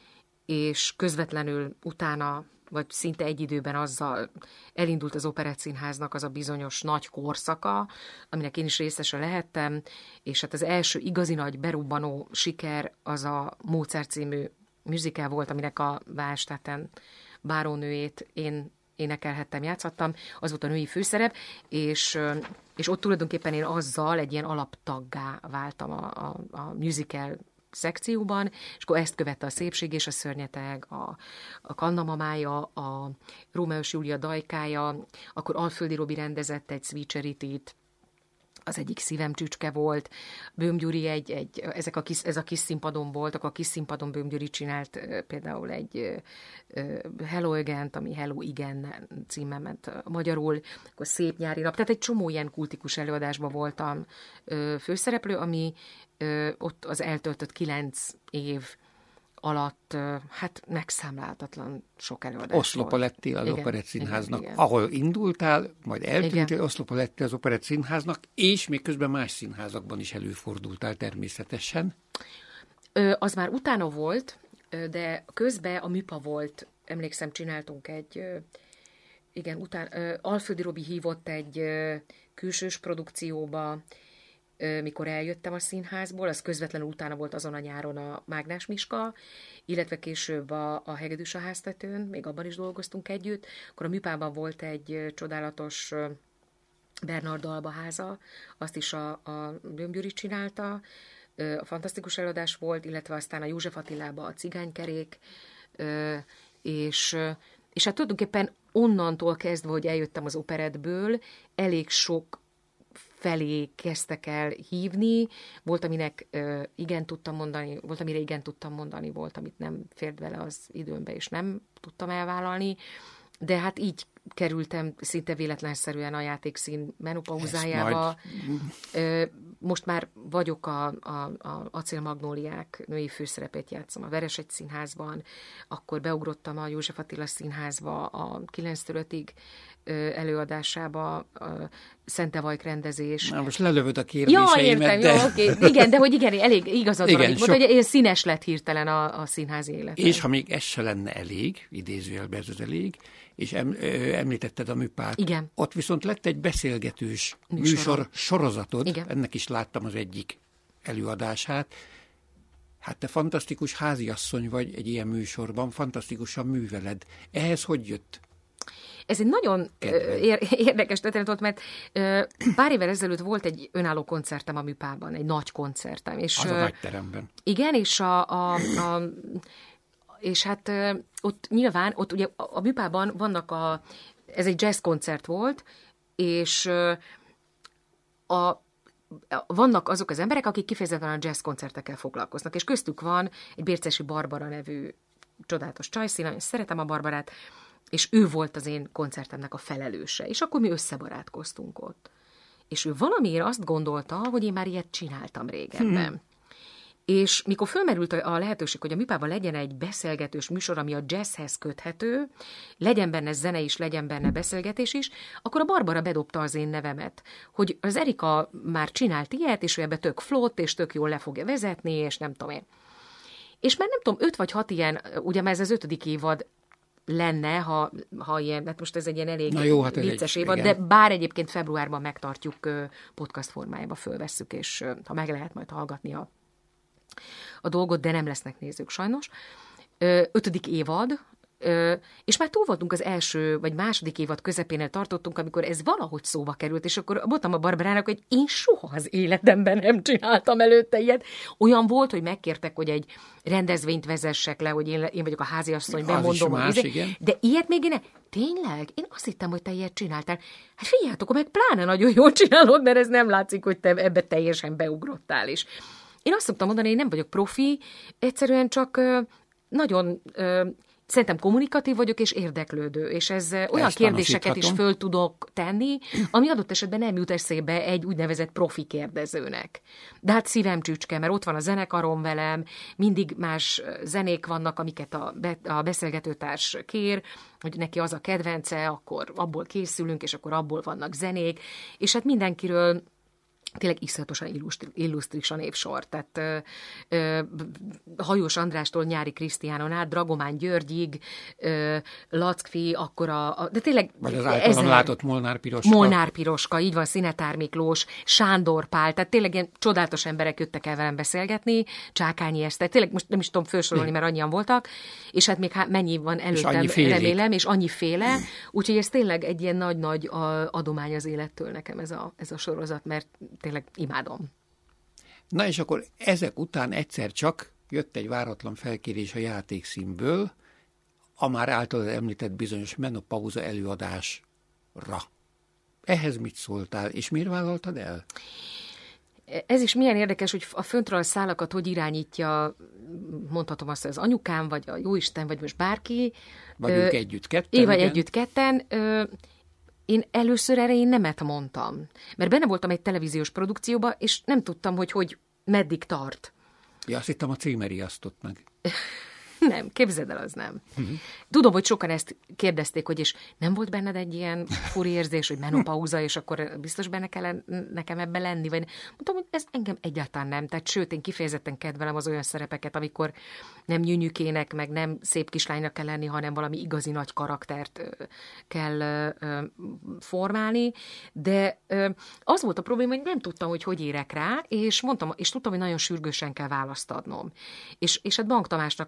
Speaker 1: és közvetlenül utána, vagy szinte egy időben azzal elindult az Operettszínháznak az a bizonyos nagy korszaka, aminek én is részese lehettem, és hát az első igazi nagy berubbanó siker az a Mozart című musical volt, aminek a Bálstadten bárónőjét én énekelhettem, játszhattam, az volt a női főszerep, és, és ott tulajdonképpen én azzal egy ilyen alaptaggá váltam a, a, a musical szekcióban, és akkor ezt követte a Szépség és a Szörnyeteg, a, a Kanna mamája, a Rómeós Júlia dajkája, akkor Alföldi Robi rendezett egy Sweet Charity-t, az egyik Szívem csücske volt, Böhm Gyuri egy, egy ezek a kis, ez a kis színpadon volt, akkor a kis színpadon Böhm Gyuri csinált például egy Hello Again-t, ami Hello Igen címmel ment magyarul, akkor Szép nyári nap, tehát egy csomó ilyen kultikus előadásban voltam főszereplő, ami ott az eltöltött kilenc év alatt, hát megszámláltatlan sok előadás
Speaker 2: Oszlopa lettél az Operettszínháznak, ahol indultál, majd eltűntél, Oszlopa lettél az Operettszínháznak, és még közben más színházakban is előfordultál természetesen.
Speaker 1: Az már utána volt, de közben a Műpa volt, emlékszem, csináltunk egy, igen, után, Alföldi Robi hívott egy külsős produkcióba, mikor eljöttem a színházból, az közvetlenül utána volt azon a nyáron a Mágnás Miska, illetve később a, a Hegedűs a háztetőn, még abban is dolgoztunk együtt. Akkor a Műpában volt egy csodálatos Bernard Alba háza, azt is a, a Böhm Gyuri csinálta, a fantasztikus előadás volt, illetve aztán a József Attilában a Cigánykerék, és és hát tulajdonképpen onnantól kezdve, hogy eljöttem az operettből, elég sok felé kezdtek el hívni, volt, aminek ö, igen tudtam mondani, volt, amire igen tudtam mondani, volt, amit nem fért bele az időmbe, és nem tudtam elvállalni, de hát így kerültem szinte véletlenszerűen a játékszín menopauzájába. Majd... Most már vagyok a, a, a Acélmagnóliák női főszerepét játszom a Veresegy Színházban, akkor beugrottam a József Attila Színházba a kilenctől ötig előadásába, a Szentevajk rendezés.
Speaker 2: Na, most lelövöd a kérdéseimet,
Speaker 1: ja, értem,
Speaker 2: de...
Speaker 1: jó, oké. Igen, de hogy igen, elég igazad van, amit
Speaker 2: sok...
Speaker 1: mondta, hogy színes lett hirtelen a, a színházi élet.
Speaker 2: És ha még ez se lenne elég, idézőjelben ez az elég, és em, ö, említetted a műpát.
Speaker 1: Igen.
Speaker 2: Ott viszont lett egy beszélgetős
Speaker 1: Műsorom.
Speaker 2: műsor sorozatod,
Speaker 1: igen.
Speaker 2: Ennek is láttam az egyik előadását. Hát te fantasztikus háziasszony vagy egy ilyen műsorban, fantasztikusan műveled. Ehhez hogy jött?
Speaker 1: Ez egy nagyon ér- érdekes történet volt, mert pár évvel ezelőtt volt egy önálló koncertem a műpában, egy nagy koncertem. És,
Speaker 2: az a nagy teremben.
Speaker 1: Igen, és a... a, a és hát ott nyilván, ott ugye a műpában vannak a, ez egy jazz koncert volt, és a, vannak azok az emberek, akik kifejezetten a jazz koncertekkel foglalkoznak, és köztük van egy Bércesi Barbara nevű csodálatos csajszi, nagyon szeretem a Barbarát, és ő volt az én koncertemnek a felelőse, és akkor mi összebarátkoztunk ott. És ő valamiért azt gondolta, hogy én már ilyet csináltam régebben. Hmm. És mikor fölmerült a lehetőség, hogy a műpában legyen egy beszélgetős műsor, ami a jazzhez köthető, legyen benne zene is, legyen benne beszélgetés is, akkor a Barbara bedobta az én nevemet, hogy az Erika már csinált ilyet, és ő ebbe tök flott, és tök jól le fogja vezetni, és nem tudom én. És már nem tudom, öt vagy hat ilyen, ugye ez az ötödik évad lenne, ha, ha ilyen, hát most ez egy ilyen elég
Speaker 2: jó, hát
Speaker 1: vicces
Speaker 2: egy,
Speaker 1: évad,
Speaker 2: igen.
Speaker 1: de bár egyébként februárban megtartjuk, podcast formájába fölvesszük, és ha meg lehet majd hallgatni a a dolgot, de nem lesznek nézők sajnos. Ötödik évad, és már túl voltunk az első, vagy második évad közepénél tartottunk, amikor ez valahogy szóba került, és akkor mondtam a Barbarának, hogy én soha az életemben nem csináltam előtte ilyet. Olyan volt, hogy megkértek, hogy egy rendezvényt vezessek le, hogy én, én vagyok a háziasszony, bemondom.
Speaker 2: Más,
Speaker 1: izé, de ilyet még én ne... Tényleg? Én azt hittem, hogy te ilyet csináltál. Hát figyeljetok, meg pláne nagyon jól csinálod, mert ez nem látszik, hogy te ebbe teljesen beugrottál is. Én azt szoktam mondani, hogy nem vagyok profi, egyszerűen csak ö, nagyon ö, szerintem kommunikatív vagyok és érdeklődő, és ez ö, olyan kérdéseket is föl tudok tenni, ami adott esetben nem jut eszébe egy úgynevezett profi kérdezőnek. De hát szívem csücske, mert ott van a zenekarom velem, mindig más zenék vannak, amiket a, be, a beszélgetőtárs kér, hogy neki az a kedvence, akkor abból készülünk, és akkor abból vannak zenék, és hát mindenkiről tényleg iszonyatosan illusztris a névsor. Tehát ö, ö, Hajós Andrástól Nyári Krisztiánon át, Dragomán Györgyig, ö, Lackfi, akkor a, a... De tényleg...
Speaker 2: Vagy az általam ezer, látott Molnár Piroska.
Speaker 1: Molnár Piroska, így van, Szinetár Miklós, Sándor Pál, tehát tényleg ilyen csodálatos emberek jöttek el velem beszélgetni, Csákányi Eszter, tényleg most nem is tudom felsorolni, mert annyian voltak, és hát még hát mennyi van előttem, és remélem, és annyiféle, úgyhogy ez tényleg egy ilyen nagy-nagy adomány az élettől nekem ez a, ez a sorozat, mert tényleg imádom.
Speaker 2: Na és akkor ezek után egyszer csak jött egy váratlan felkérés a játékszínből, a már általad említett bizonyos menopauza előadásra. Ehhez mit szóltál, és miért vállaltad el?
Speaker 1: Ez is milyen érdekes, hogy a föntről a szálakat hogy irányítja, mondhatom azt, hogy az anyukám, vagy a jóisten, vagy most bárki.
Speaker 2: Vagy ö, ők együtt ketten.
Speaker 1: Én vagy együtt ketten. Ö, Én először erre én nemet mondtam, mert benne voltam egy televíziós produkcióba, és nem tudtam, hogy hogy meddig tart.
Speaker 2: Ja, azt hittem a címe riasztott meg.
Speaker 1: Nem, képzeld el, az nem. Uh-huh. Tudom, hogy sokan ezt kérdezték, hogy és nem volt benned egy ilyen furi érzés, hogy menopauza, és akkor biztos benne kell nekem ebben lenni, vagy mondtam, hogy ez engem egyáltalán nem. Tehát sőt, én kifejezetten kedvelem az olyan szerepeket, amikor nem nyűnyükének, meg nem szép kislánynak kell lenni, hanem valami igazi nagy karaktert kell formálni. De az volt a probléma, hogy nem tudtam, hogy hogy érek rá, és mondtam, és tudtam, hogy nagyon sürgősen kell választ adnom. És, és hát Bank Tamásnak a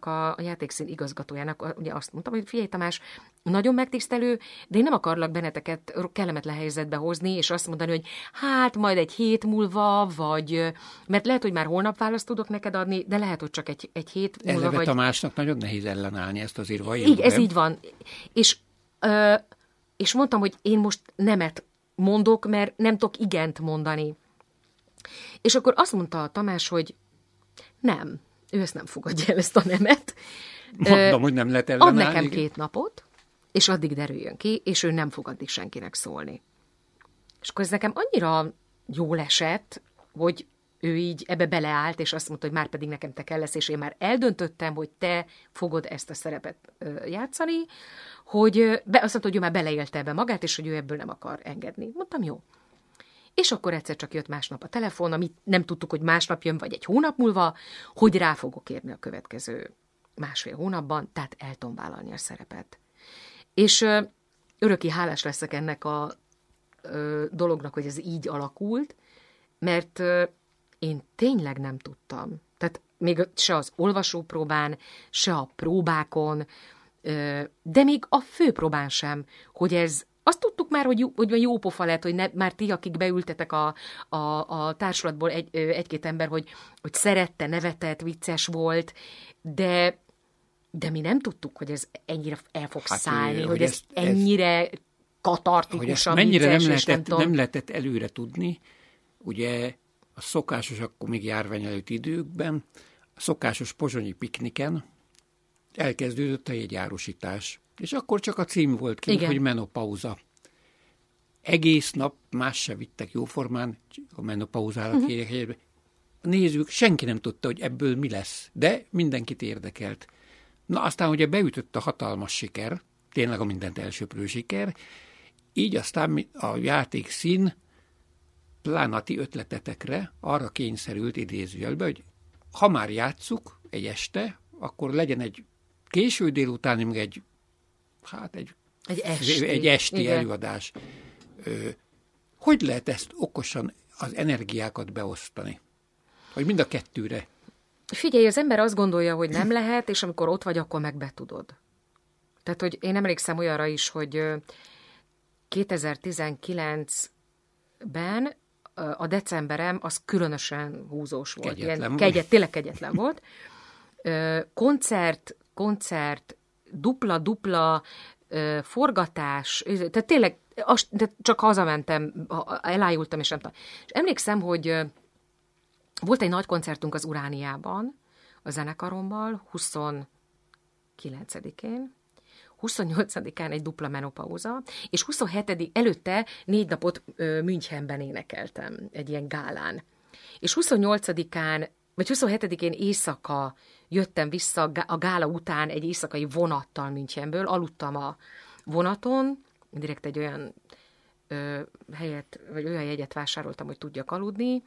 Speaker 1: játékszín igazgatójának ugye azt mondtam, hogy figyelj Tamás, nagyon megtisztelő, de én nem akarlak benneteket kellemetlen helyzetbe hozni, és azt mondani, hogy hát majd egy hét múlva, vagy, mert lehet, hogy már holnap választ tudok neked adni, de lehet, hogy csak egy, egy hét múlva.
Speaker 2: Eleve
Speaker 1: vagy...
Speaker 2: Tamásnak nagyon nehéz ellenállni, ezt azért valljuk.
Speaker 1: Így, ez így van. És, ö, és mondtam, hogy én most nemet mondok, mert nem tudok igent mondani. És akkor azt mondta a Tamás, hogy nem, ő ezt nem fogadja el, ezt a nemet.
Speaker 2: Mondom, hogy nem lehet ellenállni.
Speaker 1: Ad nekem két napot, és addig derüljön ki, és ő nem fog addig senkinek szólni. És akkor ez nekem annyira jól esett, hogy ő így ebbe beleállt, és azt mondta, hogy már pedig nekem te kell lesz, és én már eldöntöttem, hogy te fogod ezt a szerepet játszani, hogy be, azt mondta, hogy ő már beleélte ebbe magát, és hogy ő ebből nem akar engedni. Mondtam, jó. És akkor egyszer csak jött másnap a telefon, amit nem tudtuk, hogy másnap jön, vagy egy hónap múlva, hogy rá fogok érni a következő másfél hónapban, tehát el tudom vállalni a szerepet. És ö, örökké hálás leszek ennek a ö, dolognak, hogy ez így alakult, mert ö, én tényleg nem tudtam. Tehát még se az olvasópróbán, se a próbákon, ö, de még a főpróbán sem, hogy ez azt tudtuk már, hogy jó, hogy jó pofa lett, hogy ne, már ti, akik beültetek a, a, a társulatból egy, egy-két ember, hogy, hogy szerette, nevetett, vicces volt, de, de mi nem tudtuk, hogy ez ennyire el fog hát, szállni, hogy, hogy ez ennyire katartikusan
Speaker 2: mennyire
Speaker 1: vicces,
Speaker 2: nem
Speaker 1: és
Speaker 2: lehetett,
Speaker 1: nem,
Speaker 2: nem lehetett előre tudni. Ugye a szokásos, akkor még járvány előtt időkben, a szokásos pozsonyi pikniken elkezdődött a jegyárusítás. És akkor csak a cím volt kint, hogy menopauza. Egész nap más se vittek jóformán, a menopauzára uh-huh. kérjek. Nézzük, senki nem tudta, hogy ebből mi lesz, de mindenkit érdekelt. Na aztán ugye beütött a hatalmas siker, tényleg a mindent elsöprő siker, így aztán a játékszín plánati ötletetekre arra kényszerült idézőjelbe, hogy ha már játsszuk egy este, akkor legyen egy késő délutáni, meg egy hát egy,
Speaker 1: egy esti,
Speaker 2: egy esti előadás. Ö, hogy lehet ezt okosan az energiákat beosztani? Hogy mind a kettőre?
Speaker 1: Figyelj, az ember azt gondolja, hogy nem lehet, és amikor ott vagy, akkor meg betudod. Tehát, hogy én emlékszem olyanra is, hogy kétezer-tizenkilencben a decemberem az különösen húzós volt.
Speaker 2: Kegyetlen
Speaker 1: Ilyen,
Speaker 2: volt.
Speaker 1: Kegyet, tényleg kegyetlen volt. Koncert, koncert, dupla-dupla forgatás, tehát tényleg tehát csak hazamentem, elájultam, és nem tudom. És emlékszem, hogy volt egy nagy koncertünk az Urániában, a zenekarommal, huszonkilencedikén, huszonnyolcadikán egy dupla menopauza, és huszonhetedikén előtte négy napot Münchenben énekeltem, egy ilyen gálán. És huszonnyolcadikán, vagy huszonhetedikén éjszaka jöttem vissza a gála után egy éjszakai vonattal Münchenből, aludtam a vonaton, direkt egy olyan ö, helyet, vagy olyan jegyet vásároltam, hogy tudjak aludni,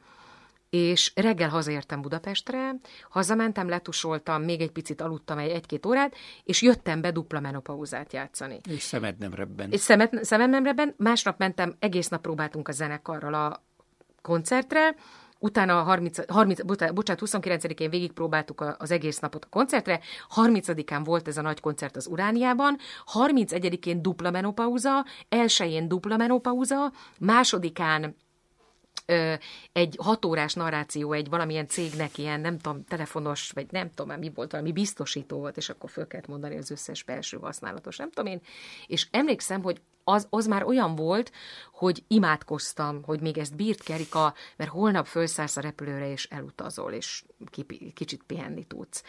Speaker 1: és reggel hazaértem Budapestre, hazamentem, letusoltam, még egy picit aludtam egy, egy-két órát, és jöttem be dupla menopauzát játszani.
Speaker 2: És szemed nem rebbent.
Speaker 1: És szemed, szemed nem rebbent, másnap mentem, egész nap próbáltunk a zenekarral a koncertre, utána a harminc, harminc, bocsánat, huszonkilencedikén végigpróbáltuk az egész napot a koncertre, harmincadikán volt ez a nagy koncert az Urániában, harmincegyedikén dupla menopauza, elsején dupla menopauza, másodikán ö, egy hatórás narráció, egy valamilyen cégnek ilyen, nem tudom, telefonos, vagy nem tudom már mi volt, valami biztosító volt, és akkor föl kellett mondani az összes belső használatos, nem tudom én. És emlékszem, hogy Az, az már olyan volt, hogy imádkoztam, hogy még ezt bírt Kerika, mert holnap felszállsz a repülőre, és elutazol, és kicsit pihenni tudsz.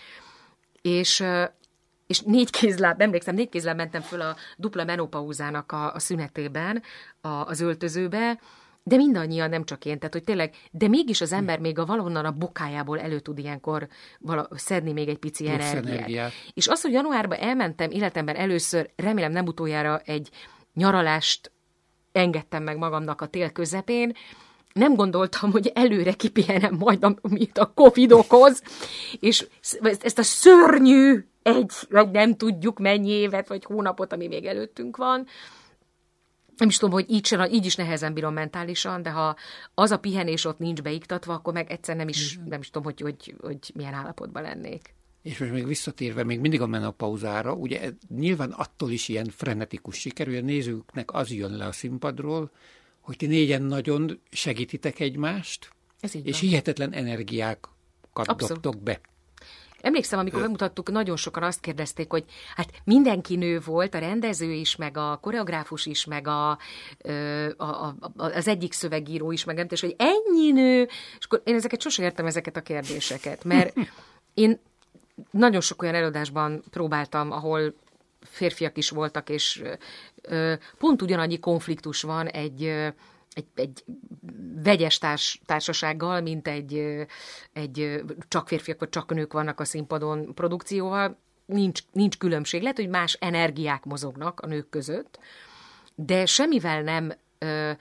Speaker 1: És, és négy kézláb, emlékszem, négy kézláb mentem föl a dupla menopauzának a, a szünetében, a, az öltözőbe, de mindannyian, nem csak én, tehát hogy tényleg, de mégis az ember még a valahonnan a bokájából elő tud ilyenkor vala, szedni még egy pici energiát. energiát. És az, hogy januárban elmentem életemben először, remélem nem utoljára egy nyaralást engedtem meg magamnak a tél közepén, nem gondoltam, hogy előre kipihenem majd, amit a Covid okoz, és ezt a szörnyű egy, vagy nem tudjuk mennyi évet, vagy hónapot, ami még előttünk van. Nem is tudom, hogy így, sem, így is nehezen bírom mentálisan, de ha az a pihenés ott nincs beiktatva, akkor meg egyszer nem is, nem is tudom, hogy, hogy, hogy milyen állapotban lennék.
Speaker 2: És most még visszatérve még mindig a menopauzára, ugye nyilván attól is ilyen frenetikus sikerül, hogy a nézőknek az jön le a színpadról, hogy ti négyen nagyon segítitek egymást, és van. Hihetetlen energiákat Abszolút. dobtok be.
Speaker 1: Emlékszem, amikor bemutattuk, nagyon sokan azt kérdezték, hogy hát mindenki nő volt, a rendező is, meg a koreográfus is, meg a, a, a, az egyik szövegíró is, meg nem, és hogy ennyi nő, és akkor én ezeket sosem értem, ezeket a kérdéseket, mert én nagyon sok olyan előadásban próbáltam, ahol férfiak is voltak, és pont ugyanannyi konfliktus van egy, egy, egy vegyes társ, társasággal, mint egy, egy csak férfiak vagy csak nők vannak a színpadon produkcióval. Nincs, nincs különbség. Lehet, hogy más energiák mozognak a nők között, de semmivel nem ö,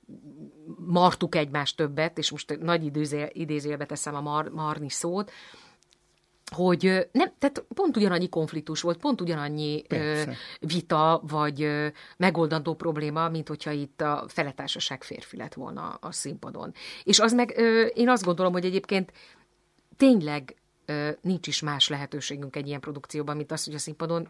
Speaker 1: martuk egymást többet, és most nagy idézőjelbe teszem a mar, marni szót, hogy nem, tehát pont ugyanannyi konfliktus volt, pont ugyanannyi ö, vita, vagy ö, megoldandó probléma, mint hogyha itt a feletársaság férfi lett volna a színpadon. És az meg, ö, én azt gondolom, hogy egyébként tényleg ö, nincs is más lehetőségünk egy ilyen produkcióban, mint az, hogy a színpadon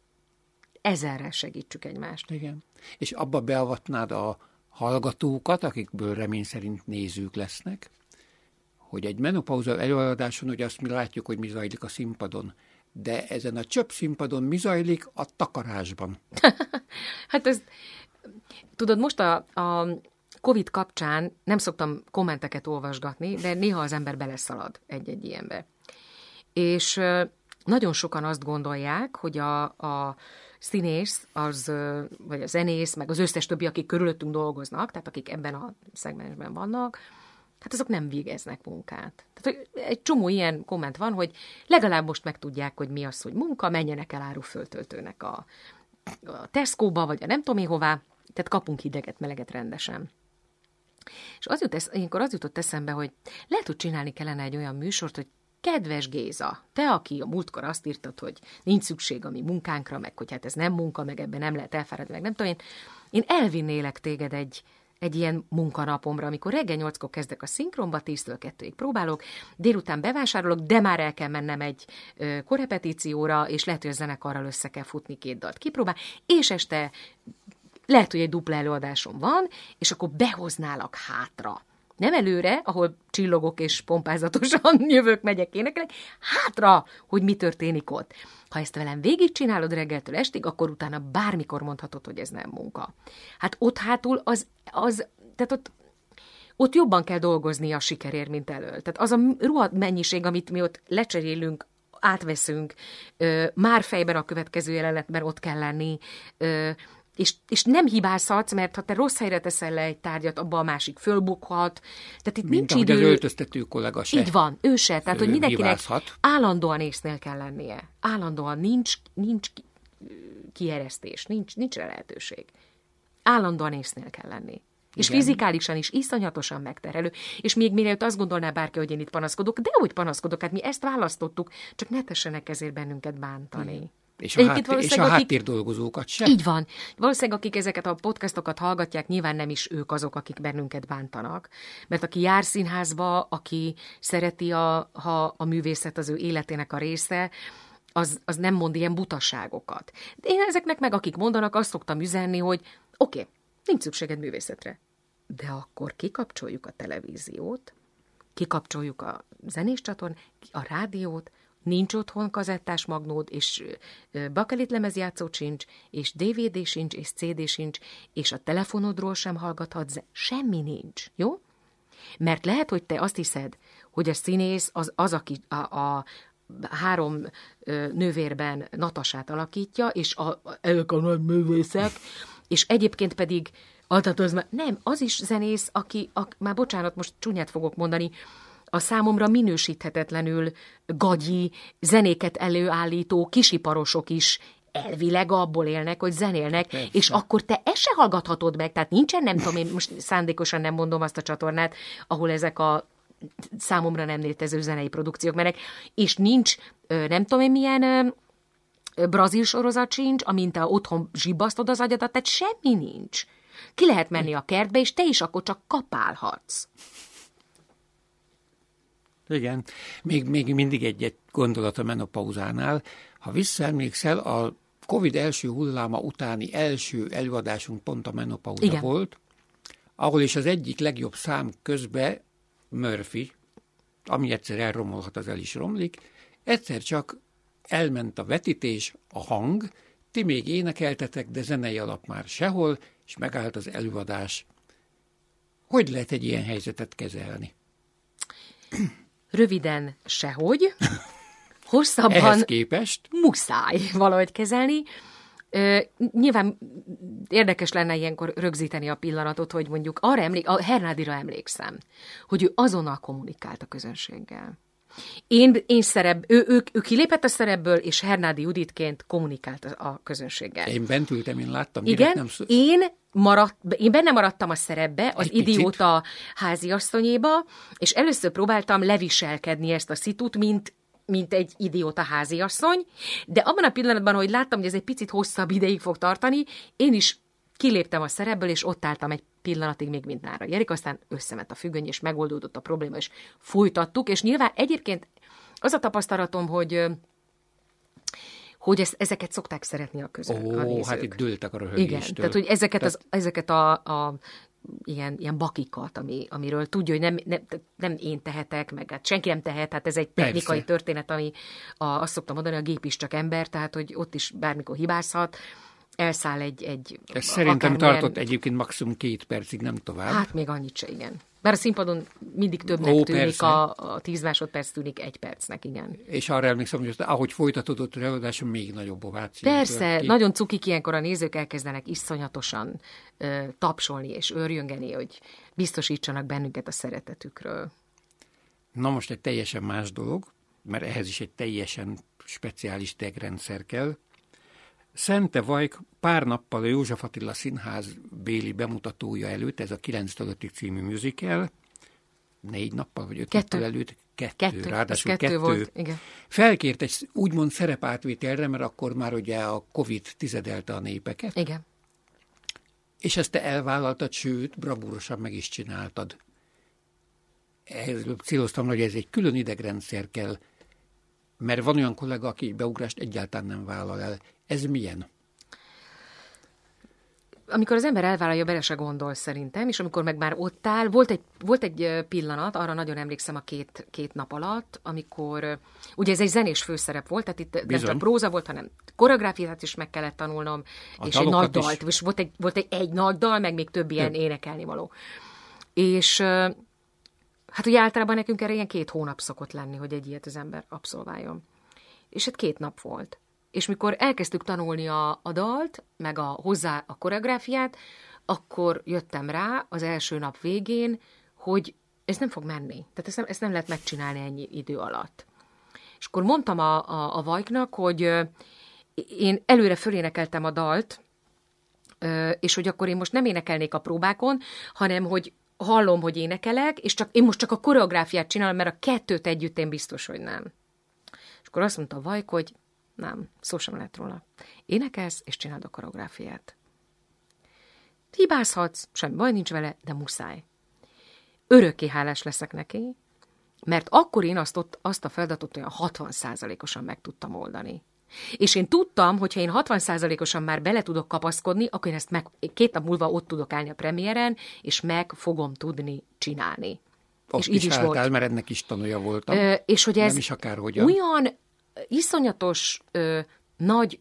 Speaker 1: ezerrel segítsük egymást.
Speaker 2: Igen. És abba beavatnád a hallgatókat, akikből remény szerint nézők lesznek, hogy egy menopauza előadáson, ugye azt mi látjuk, hogy mi zajlik a színpadon, de ezen a csöpp színpadon mi zajlik a takarásban?
Speaker 1: Hát ez, tudod, most a, a Covid kapcsán nem szoktam kommenteket olvasgatni, de néha az ember beleszalad egy-egy ilyenbe. És nagyon sokan azt gondolják, hogy a, a színész, az, vagy a zenész, meg az összes többi, akik körülöttünk dolgoznak, tehát akik ebben a szegmensben vannak, hát azok nem végeznek munkát. Tehát egy csomó ilyen komment van, hogy legalább most megtudják, hogy mi az, hogy munka, menjenek el áruföltöltőnek a, a Tesco-ba, vagy a nem tudom én hová, tehát kapunk hideget, meleget rendesen. És az jut esz, ilyenkor az jutott eszembe, hogy lehet, hogy csinálni kellene egy olyan műsort, hogy kedves Géza, te, aki a múltkor azt írtad, hogy nincs szükség a mi munkánkra, meg hogy hát ez nem munka, meg ebben nem lehet elfáradni, meg nem tudom én, én elvinnélek téged egy egy ilyen munkanapomra, amikor reggel nyolckor kezdek a szinkronba, tíztől kettőig próbálok, délután bevásárolok, de már el kell mennem egy ö, korepetícióra, és lehet, hogy a zenekarral össze kell futni, két dalt kipróbál, és este lehet, hogy egy dupla előadásom van, és akkor behoználak hátra. Nem előre, ahol csillogok és pompázatosan jövök, megyek, énekelek, hátra, hogy mi történik ott. Ha ezt velem végigcsinálod reggeltől estig, akkor utána bármikor mondhatod, hogy ez nem munka. Hát ott hátul az, az tehát ott, ott jobban kell dolgozni a sikerért, mint elől. Tehát az a ruhad mennyiség, amit mi ott lecserélünk, átveszünk, már fejben a következő jelenetben ott kell lenni, És, és nem hibázhatsz, mert ha te rossz helyre teszel le egy tárgyat, abba a másik fölbukhat. Tehát itt
Speaker 2: Mint
Speaker 1: nincs idő.
Speaker 2: Az öltöztető kollega se.
Speaker 1: Így van, ő se. Tehát, hogy mindenkinek
Speaker 2: hibázhat.
Speaker 1: Állandóan észnél kell lennie. Állandóan nincs, nincs kieresztés, nincs, nincs rá lehetőség. Állandóan észnél kell lenni. És igen. Fizikálisan is iszonyatosan megterhelő. És még mielőtt azt gondolná bárki, hogy én itt panaszkodok, de úgy panaszkodok, hát mi ezt választottuk, csak ne tessenek ezért bennünket bántani. Igen.
Speaker 2: És a, háttér, és a háttérdolgozókat sem.
Speaker 1: Így van. Valószínűleg akik ezeket a podcastokat hallgatják, nyilván nem is ők azok, akik bennünket bántanak. Mert aki jár színházba, aki szereti, a, ha a művészet az ő életének a része, az, az nem mond ilyen butaságokat. De én ezeknek meg, akik mondanak, azt szoktam üzenni, hogy oké, okay, nincs szükséged művészetre. De akkor kikapcsoljuk a televíziót, kikapcsoljuk a zenés csatornát, a rádiót, nincs otthon kazettás magnód, és bakelitlemezjátszó sincs, és dé vé dé sincs, és cé dé sincs, és a telefonodról sem hallgathatsz, semmi nincs, jó? Mert lehet, hogy te azt hiszed, hogy a színész az, az aki a, a három nővérben Natasát alakítja, és a, ők a nagy művészek, és egyébként pedig az, nem, az is zenész, aki, a, már bocsánat, most csúnyát fogok mondani, a számomra minősíthetetlenül gagyi, zenéket előállító kisiparosok is elvileg abból élnek, hogy zenélnek, persze. És akkor te ezt se hallgathatod meg, tehát nincsen, nem tudom, én most szándékosan nem mondom azt a csatornát, ahol ezek a számomra nem létező zenei produkciók mennek, és nincs, nem tudom én milyen brazil sorozat sincs, amint te otthon zsibbasztod az agyadat, tehát semmi nincs. Ki lehet menni a kertbe, és te is akkor csak kapálhatsz.
Speaker 2: Igen. Még, még mindig egy-egy gondolat a menopauzánál. Ha visszaemlékszel, a Covid első hulláma utáni első előadásunk pont a menopauza Igen. volt, ahol is az egyik legjobb szám közben Murphy, ami egyszer elromolhat, az el is romlik, egyszer csak elment a vetítés, a hang, ti még énekeltetek, de zenei alap már sehol, és megállt az előadás. Hogy lehet egy ilyen helyzetet kezelni?
Speaker 1: Röviden sehogy, hosszabban
Speaker 2: ehhez képest
Speaker 1: muszáj valahogy kezelni. Ö, nyilván érdekes lenne ilyenkor rögzíteni a pillanatot, hogy mondjuk arra emlék, a Hernádira emlékszem, hogy ő azonnal kommunikált a közönséggel. Én, én szerep, ő, ő, ő kilépett a szerepből, és Hernádi Juditként kommunikált a, a közönséggel.
Speaker 2: Én bent ültem, én láttam.
Speaker 1: Igen,
Speaker 2: nem szó...
Speaker 1: én, maradt, én benne maradtam a szerepbe, az
Speaker 2: Egy
Speaker 1: idióta picit. háziasszonyéba, és először próbáltam leviselkedni ezt a szitut, mint mint egy idióta háziasszony, de abban a pillanatban, hogy láttam, hogy ez egy picit hosszabb ideig fog tartani, én is kiléptem a szerepből, és ott álltam egy pillanatig még, mint nára Jerik, aztán összement a függöny, és megoldódott a probléma, és folytattuk, és nyilván egyébként az a tapasztalatom, hogy hogy ezt, ezeket szokták szeretni a közön.
Speaker 2: Ó,
Speaker 1: a nézők.
Speaker 2: Hát itt dőltek a röhögéstől.
Speaker 1: Igen, tehát hogy ezeket, tehát... Az, ezeket a, a ilyen, ilyen bakikat, ami, amiről tudja, hogy nem, nem, nem én tehetek, meg hát senki nem tehet, hát ez egy technikai Persze. történet, ami a, azt szoktam mondani, a gép is csak ember, tehát hogy ott is bármikor hibázhat, elszáll egy... egy
Speaker 2: ez szerintem tartott egyébként maximum két percig, nem tovább.
Speaker 1: Hát még annyit se, igen. Bár a színpadon mindig többnek Ó, tűnik, a, a tíz másodperc tűnik egy percnek, igen.
Speaker 2: És arra emlékszem, hogy ahogy folytatódott a előadáson, még nagyobb ováció.
Speaker 1: Persze, ki. Nagyon cukik ilyenkor a nézők elkezdenek iszonyatosan ö, tapsolni és őrjöngeni, hogy biztosítsanak bennünket a szeretetükről.
Speaker 2: Na most egy teljesen más dolog, mert ehhez is egy teljesen speciális tagrendszer kell. Szente Vajk pár nappal a József Attila Színház béli bemutatója előtt, ez a kilenctől ötig című musical, négy nappal vagy öt kettő. nappal előtt, kettő, kettő. ráadásul kettő, kettő volt, igen. Felkért egy úgymond szerepátvételre, mert akkor már ugye a Covid tizedelte a népeket.
Speaker 1: Igen.
Speaker 2: És ezt te elvállaltad, sőt, bravúrosan meg is csináltad. Ehhez céloztam, hogy ez egy külön idegrendszer kell, mert van olyan kollega, aki beugrást egyáltalán nem vállal el. Ez milyen?
Speaker 1: Amikor az ember elvállalja, bele se gondol szerintem, és amikor meg már ott áll, volt egy, volt egy pillanat, arra nagyon emlékszem a két, két nap alatt, amikor, ugye ez egy zenés főszerep volt, tehát itt Bizony. nem csak próza volt, hanem koreográfiát is meg kellett tanulnom, a és egy nagy dalt, és volt egy, volt egy, egy nagy dal, meg még több ilyen énekelni való. És hát ugye általában nekünk erre ilyen két hónap szokott lenni, hogy egy ilyet az ember abszolváljon. És hát két nap volt. És mikor elkezdtük tanulni a, a dalt, meg a, hozzá a koreográfiát, akkor jöttem rá az első nap végén, hogy ez nem fog menni. Tehát ezt nem, ezt nem lehet megcsinálni ennyi idő alatt. És akkor mondtam a, a, a Vajknak, hogy én előre fölénekeltem a dalt, és hogy akkor én most nem énekelnék a próbákon, hanem hogy hallom, hogy énekelek, és csak, én most csak a koreográfiát csinálom, mert a kettőt együtt én biztos, hogy nem. És akkor azt mondta a Vajk, hogy nem, szó sem lehet róla. Énekelsz, és csináld a koreográfiát. Hibázhatsz, semmi baj nincs vele, de muszáj. Örökké hálás leszek neki, mert akkor én azt, ott, azt a feladatot olyan hatvan százalékosan meg tudtam oldani. És én tudtam, hogyha én hatvan százalékosan már bele tudok kapaszkodni, akkor én ezt meg, két nap múlva ott tudok állni a premiéren, és meg fogom tudni csinálni.
Speaker 2: Ott és is, is álltál, volt. Mert ennek is tanulja voltam.
Speaker 1: Ö, és hogy ez
Speaker 2: nem is akárhogyan.
Speaker 1: Olyan iszonyatos, ö, nagy,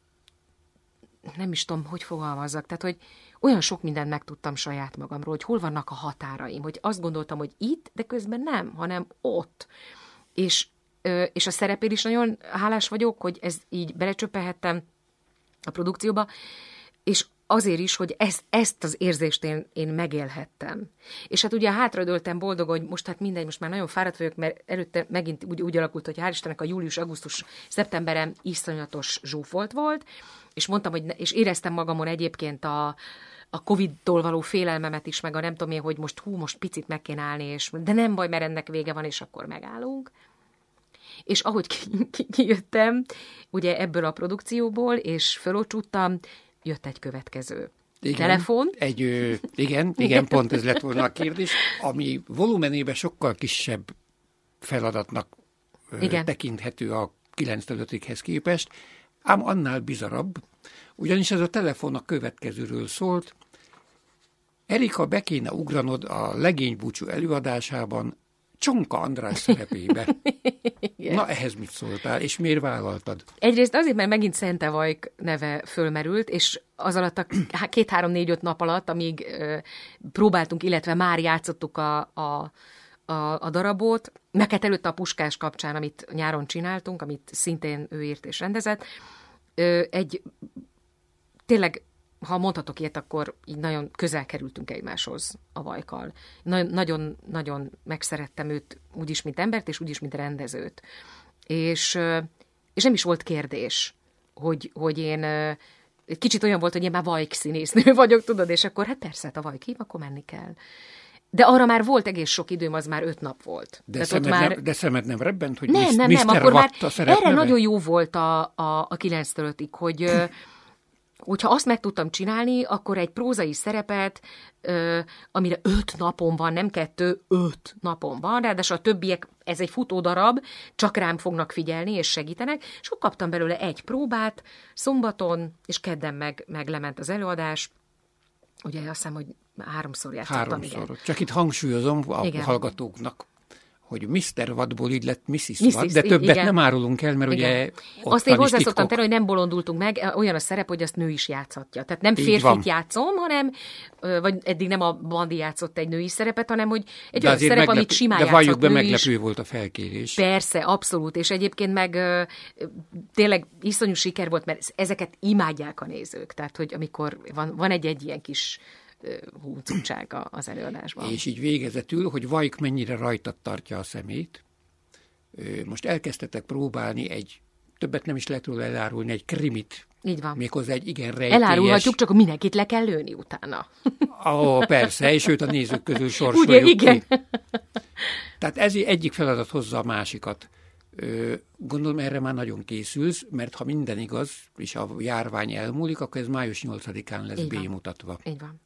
Speaker 1: nem is tudom, hogy fogalmazzak, tehát, hogy olyan sok mindent megtudtam saját magamról, hogy hol vannak a határaim, hogy azt gondoltam, hogy itt, de közben nem, hanem ott. És, ö, és a szerepér is nagyon hálás vagyok, hogy ez így belecsöppelhettem a produkcióba, és azért is, hogy ezt, ezt az érzést én, én megélhettem. És hát ugye hátradőltem boldog, hogy most hát mindegy, most már nagyon fáradt vagyok, mert előtte megint úgy, úgy alakult, hogy hál' Istennek a július, augusztus, szeptemberem iszonyatos zsúfolt volt, és mondtam, hogy ne, és éreztem magamon egyébként a, a Covid-tól való félelmemet is, meg a nem tudom én, hogy most hú, most picit meg kéne állni, és, de nem baj, mert ennek vége van, és akkor megállunk. És ahogy kijöttem, ugye ebből a produkcióból, és fölocsúttam, jött egy következő
Speaker 2: igen,
Speaker 1: telefon.
Speaker 2: Egy, ö, igen, igen, pont ez lett volna a kérdés, ami volumenében sokkal kisebb feladatnak
Speaker 1: Igen.
Speaker 2: tekinthető a kilenctől ötighez képest, ám annál bizarabb, ugyanis ez a telefon a következőről szólt. Erika, be kéne ugranod a legénybúcsú előadásában Csonka András szerepébe. Na, ehhez mit szóltál, és miért vállaltad?
Speaker 1: Egyrészt azért, mert megint Szente Vajk neve fölmerült, és az alatt a két-három-négy-öt nap alatt, amíg ö, próbáltunk, illetve már játszottuk a, a, a, a darabot, meg hát előtte a Puskás kapcsán, amit nyáron csináltunk, amit szintén ő írt és rendezett, ö, egy tényleg, ha mondhatok ilyet, akkor így nagyon közel kerültünk egymáshoz a Vajkkal. Nagyon-nagyon megszerettem őt úgyis, mint embert, és úgyis, mint rendezőt. És, és nem is volt kérdés, hogy, hogy én egy kicsit olyan volt, hogy én már Vajk színésznő vagyok, tudod, és akkor hát persze, hát a Vajk hív, akkor menni kell. De arra már volt egész sok időm, az már öt nap volt.
Speaker 2: De, szemed, már... nem, de szemed nem rebbent, hogy
Speaker 1: nem, nem,
Speaker 2: miszter
Speaker 1: nem, akkor már erre
Speaker 2: neve?
Speaker 1: nagyon jó volt a, a, a kilenctől ötig, hogy... hogyha azt meg tudtam csinálni, akkor egy prózai szerepet, ö, amire öt napon van, nem kettő, öt napon van, ráadásul a többiek, ez egy futódarab, csak rám fognak figyelni és segítenek, és akkor kaptam belőle egy próbát szombaton, és kedden meg, meg lement az előadás. Ugye azt hiszem, hogy háromszor játszottam.
Speaker 2: Háromszor.
Speaker 1: Igen.
Speaker 2: Csak itt hangsúlyozom a igen. hallgatóknak, hogy miszter Wattból így lett missis Watt, de többet igen. nem árulunk el, mert igen. ugye ott
Speaker 1: azt én hozzászoktam tenni, hogy nem bolondultunk meg, olyan a szerep, hogy azt nő is játszhatja. Tehát nem férfit játszom, hanem, vagy eddig nem a Bandi játszott egy női szerepet, hanem hogy egy de olyan szerep, meglepő, amit simán játszott.
Speaker 2: De valljuk be,
Speaker 1: nő
Speaker 2: meglepő
Speaker 1: is.
Speaker 2: volt a felkérés.
Speaker 1: Persze, abszolút, és egyébként meg tényleg iszonyú siker volt, mert ezeket imádják a nézők. Tehát, hogy amikor van, van egy-egy ilyen kis húcutság az előadásban.
Speaker 2: És így végezetül, hogy Vajk mennyire rajtad tartja a szemét. Most elkezdtetek próbálni egy, többet nem is lehet róla elárulni, egy krimit.
Speaker 1: Így van.
Speaker 2: Méghozzá egy igen rejtélyes...
Speaker 1: Elárulhatjuk, csak mindenkit le kell lőni utána.
Speaker 2: Ó, persze, és őt a nézők közül sorsoljuk.
Speaker 1: Ugye, igen.
Speaker 2: Ki. Tehát ez egyik feladat hozza a másikat. Gondolom, erre már nagyon készülsz, mert ha minden igaz, és a járvány elmúlik, akkor ez május nyolcadikán lesz bemutatva.
Speaker 1: Így van.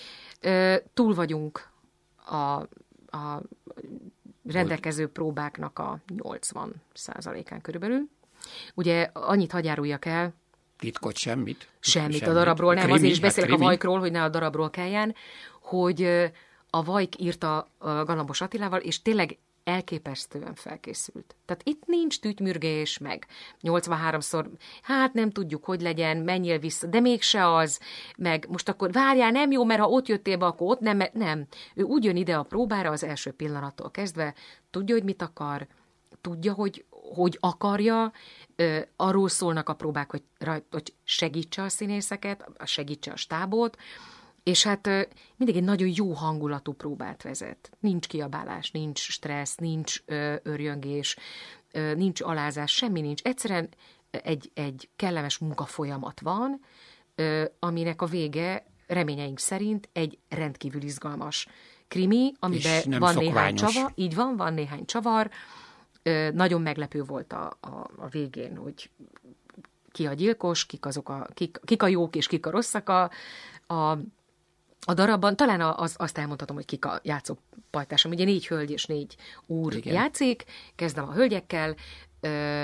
Speaker 1: Túl vagyunk a, a rendelkező próbáknak a nyolcvan százalékán körülbelül. Ugye annyit hadd járuljak el.
Speaker 2: Titkot, semmit?
Speaker 1: Semmit, semmit. A darabról nem,
Speaker 2: krimi,
Speaker 1: azért is beszélek
Speaker 2: krimi.
Speaker 1: a Vajkról, hogy ne a darabról kelljen, hogy a Vajk írta a Galambos Attilával, és tényleg elképesztően felkészült. Tehát itt nincs tütymürgés, meg nyolcvanháromszor, hát nem tudjuk, hogy legyen, menjél vissza, de mégse az, meg most akkor várjál, nem jó, mert ha ott jöttél be, akkor ott nem, nem. Ő úgy jön ide a próbára az első pillanattól kezdve, tudja, hogy mit akar, tudja, hogy, hogy akarja, arról szólnak a próbák, hogy, hogy segítse a színészeket, segítse a stábot, és hát mindig egy nagyon jó hangulatú próbát vezet. Nincs kiabálás, nincs stressz, nincs ö, örjöngés, ö, nincs alázás, semmi nincs. Egyszerűen egy, egy kellemes munkafolyamat van, ö, aminek a vége reményeink szerint egy rendkívül izgalmas krimi, amiben van néhány csavar. Így van, van néhány csavar. Ö, nagyon meglepő volt a, a, a végén, hogy ki a gyilkos, kik, azok a, kik, kik a jók és kik a rosszak a, a A darabban talán az, azt elmondhatom, hogy kik a játszópajtásom. Ugye négy hölgy és négy úr igen. játszik. Kezdem a hölgyekkel. Ö...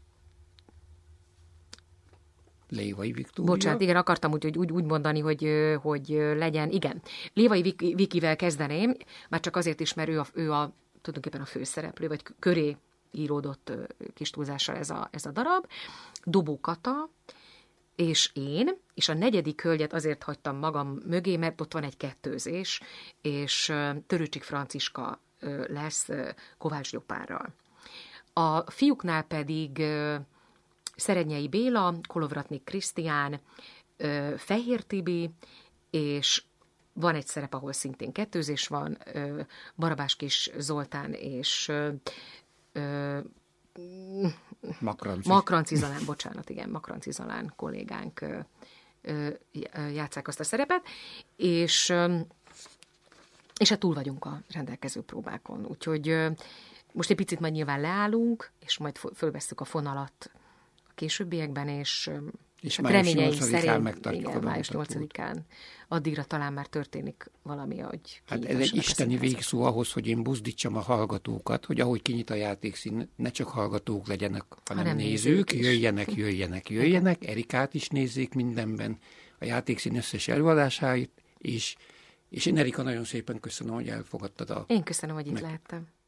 Speaker 2: Lévai Viktória.
Speaker 1: Bocsánat, igen, akartam úgy, úgy, úgy mondani, hogy, hogy legyen. Igen, Lévai Vik- Vikivel kezdeném, már csak azért is, mert ő a, ő a tulajdonképpen a főszereplő, vagy köré íródott kis túlzással ez a, ez a darab. Dobó Kata, és én, és a negyedik hölgyet azért hagytam magam mögé, mert ott van egy kettőzés, és Törőcsik Franciska lesz Kovács Gyopárral. A fiúknál pedig Szerednyei Béla, Kolovratnik Krisztián, Fehér Tibi, és van egy szerep, ahol szintén kettőzés van, Barabás Kis Zoltán és
Speaker 2: Makranci.
Speaker 1: Makranci Zalán, bocsánat, igen, Makranci Zalán kollégánk ö, ö, játsszák azt a szerepet, és, ö, és hát túl vagyunk a rendelkező próbákon, úgyhogy ö, most egy picit majd nyilván leállunk, és majd fölvesszük a fonalat a későbbiekben, és... Ö,
Speaker 2: És
Speaker 1: hát
Speaker 2: május
Speaker 1: reményeink
Speaker 2: nyolcadikán
Speaker 1: szerint,
Speaker 2: megtartjuk
Speaker 1: igen,
Speaker 2: a
Speaker 1: május
Speaker 2: bemutatót.
Speaker 1: nyolcadikán. Addigra talán már történik valami, hogy
Speaker 2: Hát ez egy isteni végszó ahhoz, hogy én buzdítsam a hallgatókat, hogy ahogy kinyit a játékszín, ne csak hallgatók legyenek, hanem, hanem nézők, nézők jöjjenek, jöjjenek, jöjjenek, Erikát is nézzék mindenben, a játékszín összes előadásait, és, és én Erika nagyon szépen köszönöm, hogy elfogadtad a...
Speaker 1: Én köszönöm, hogy itt
Speaker 2: meg...
Speaker 1: lehettem.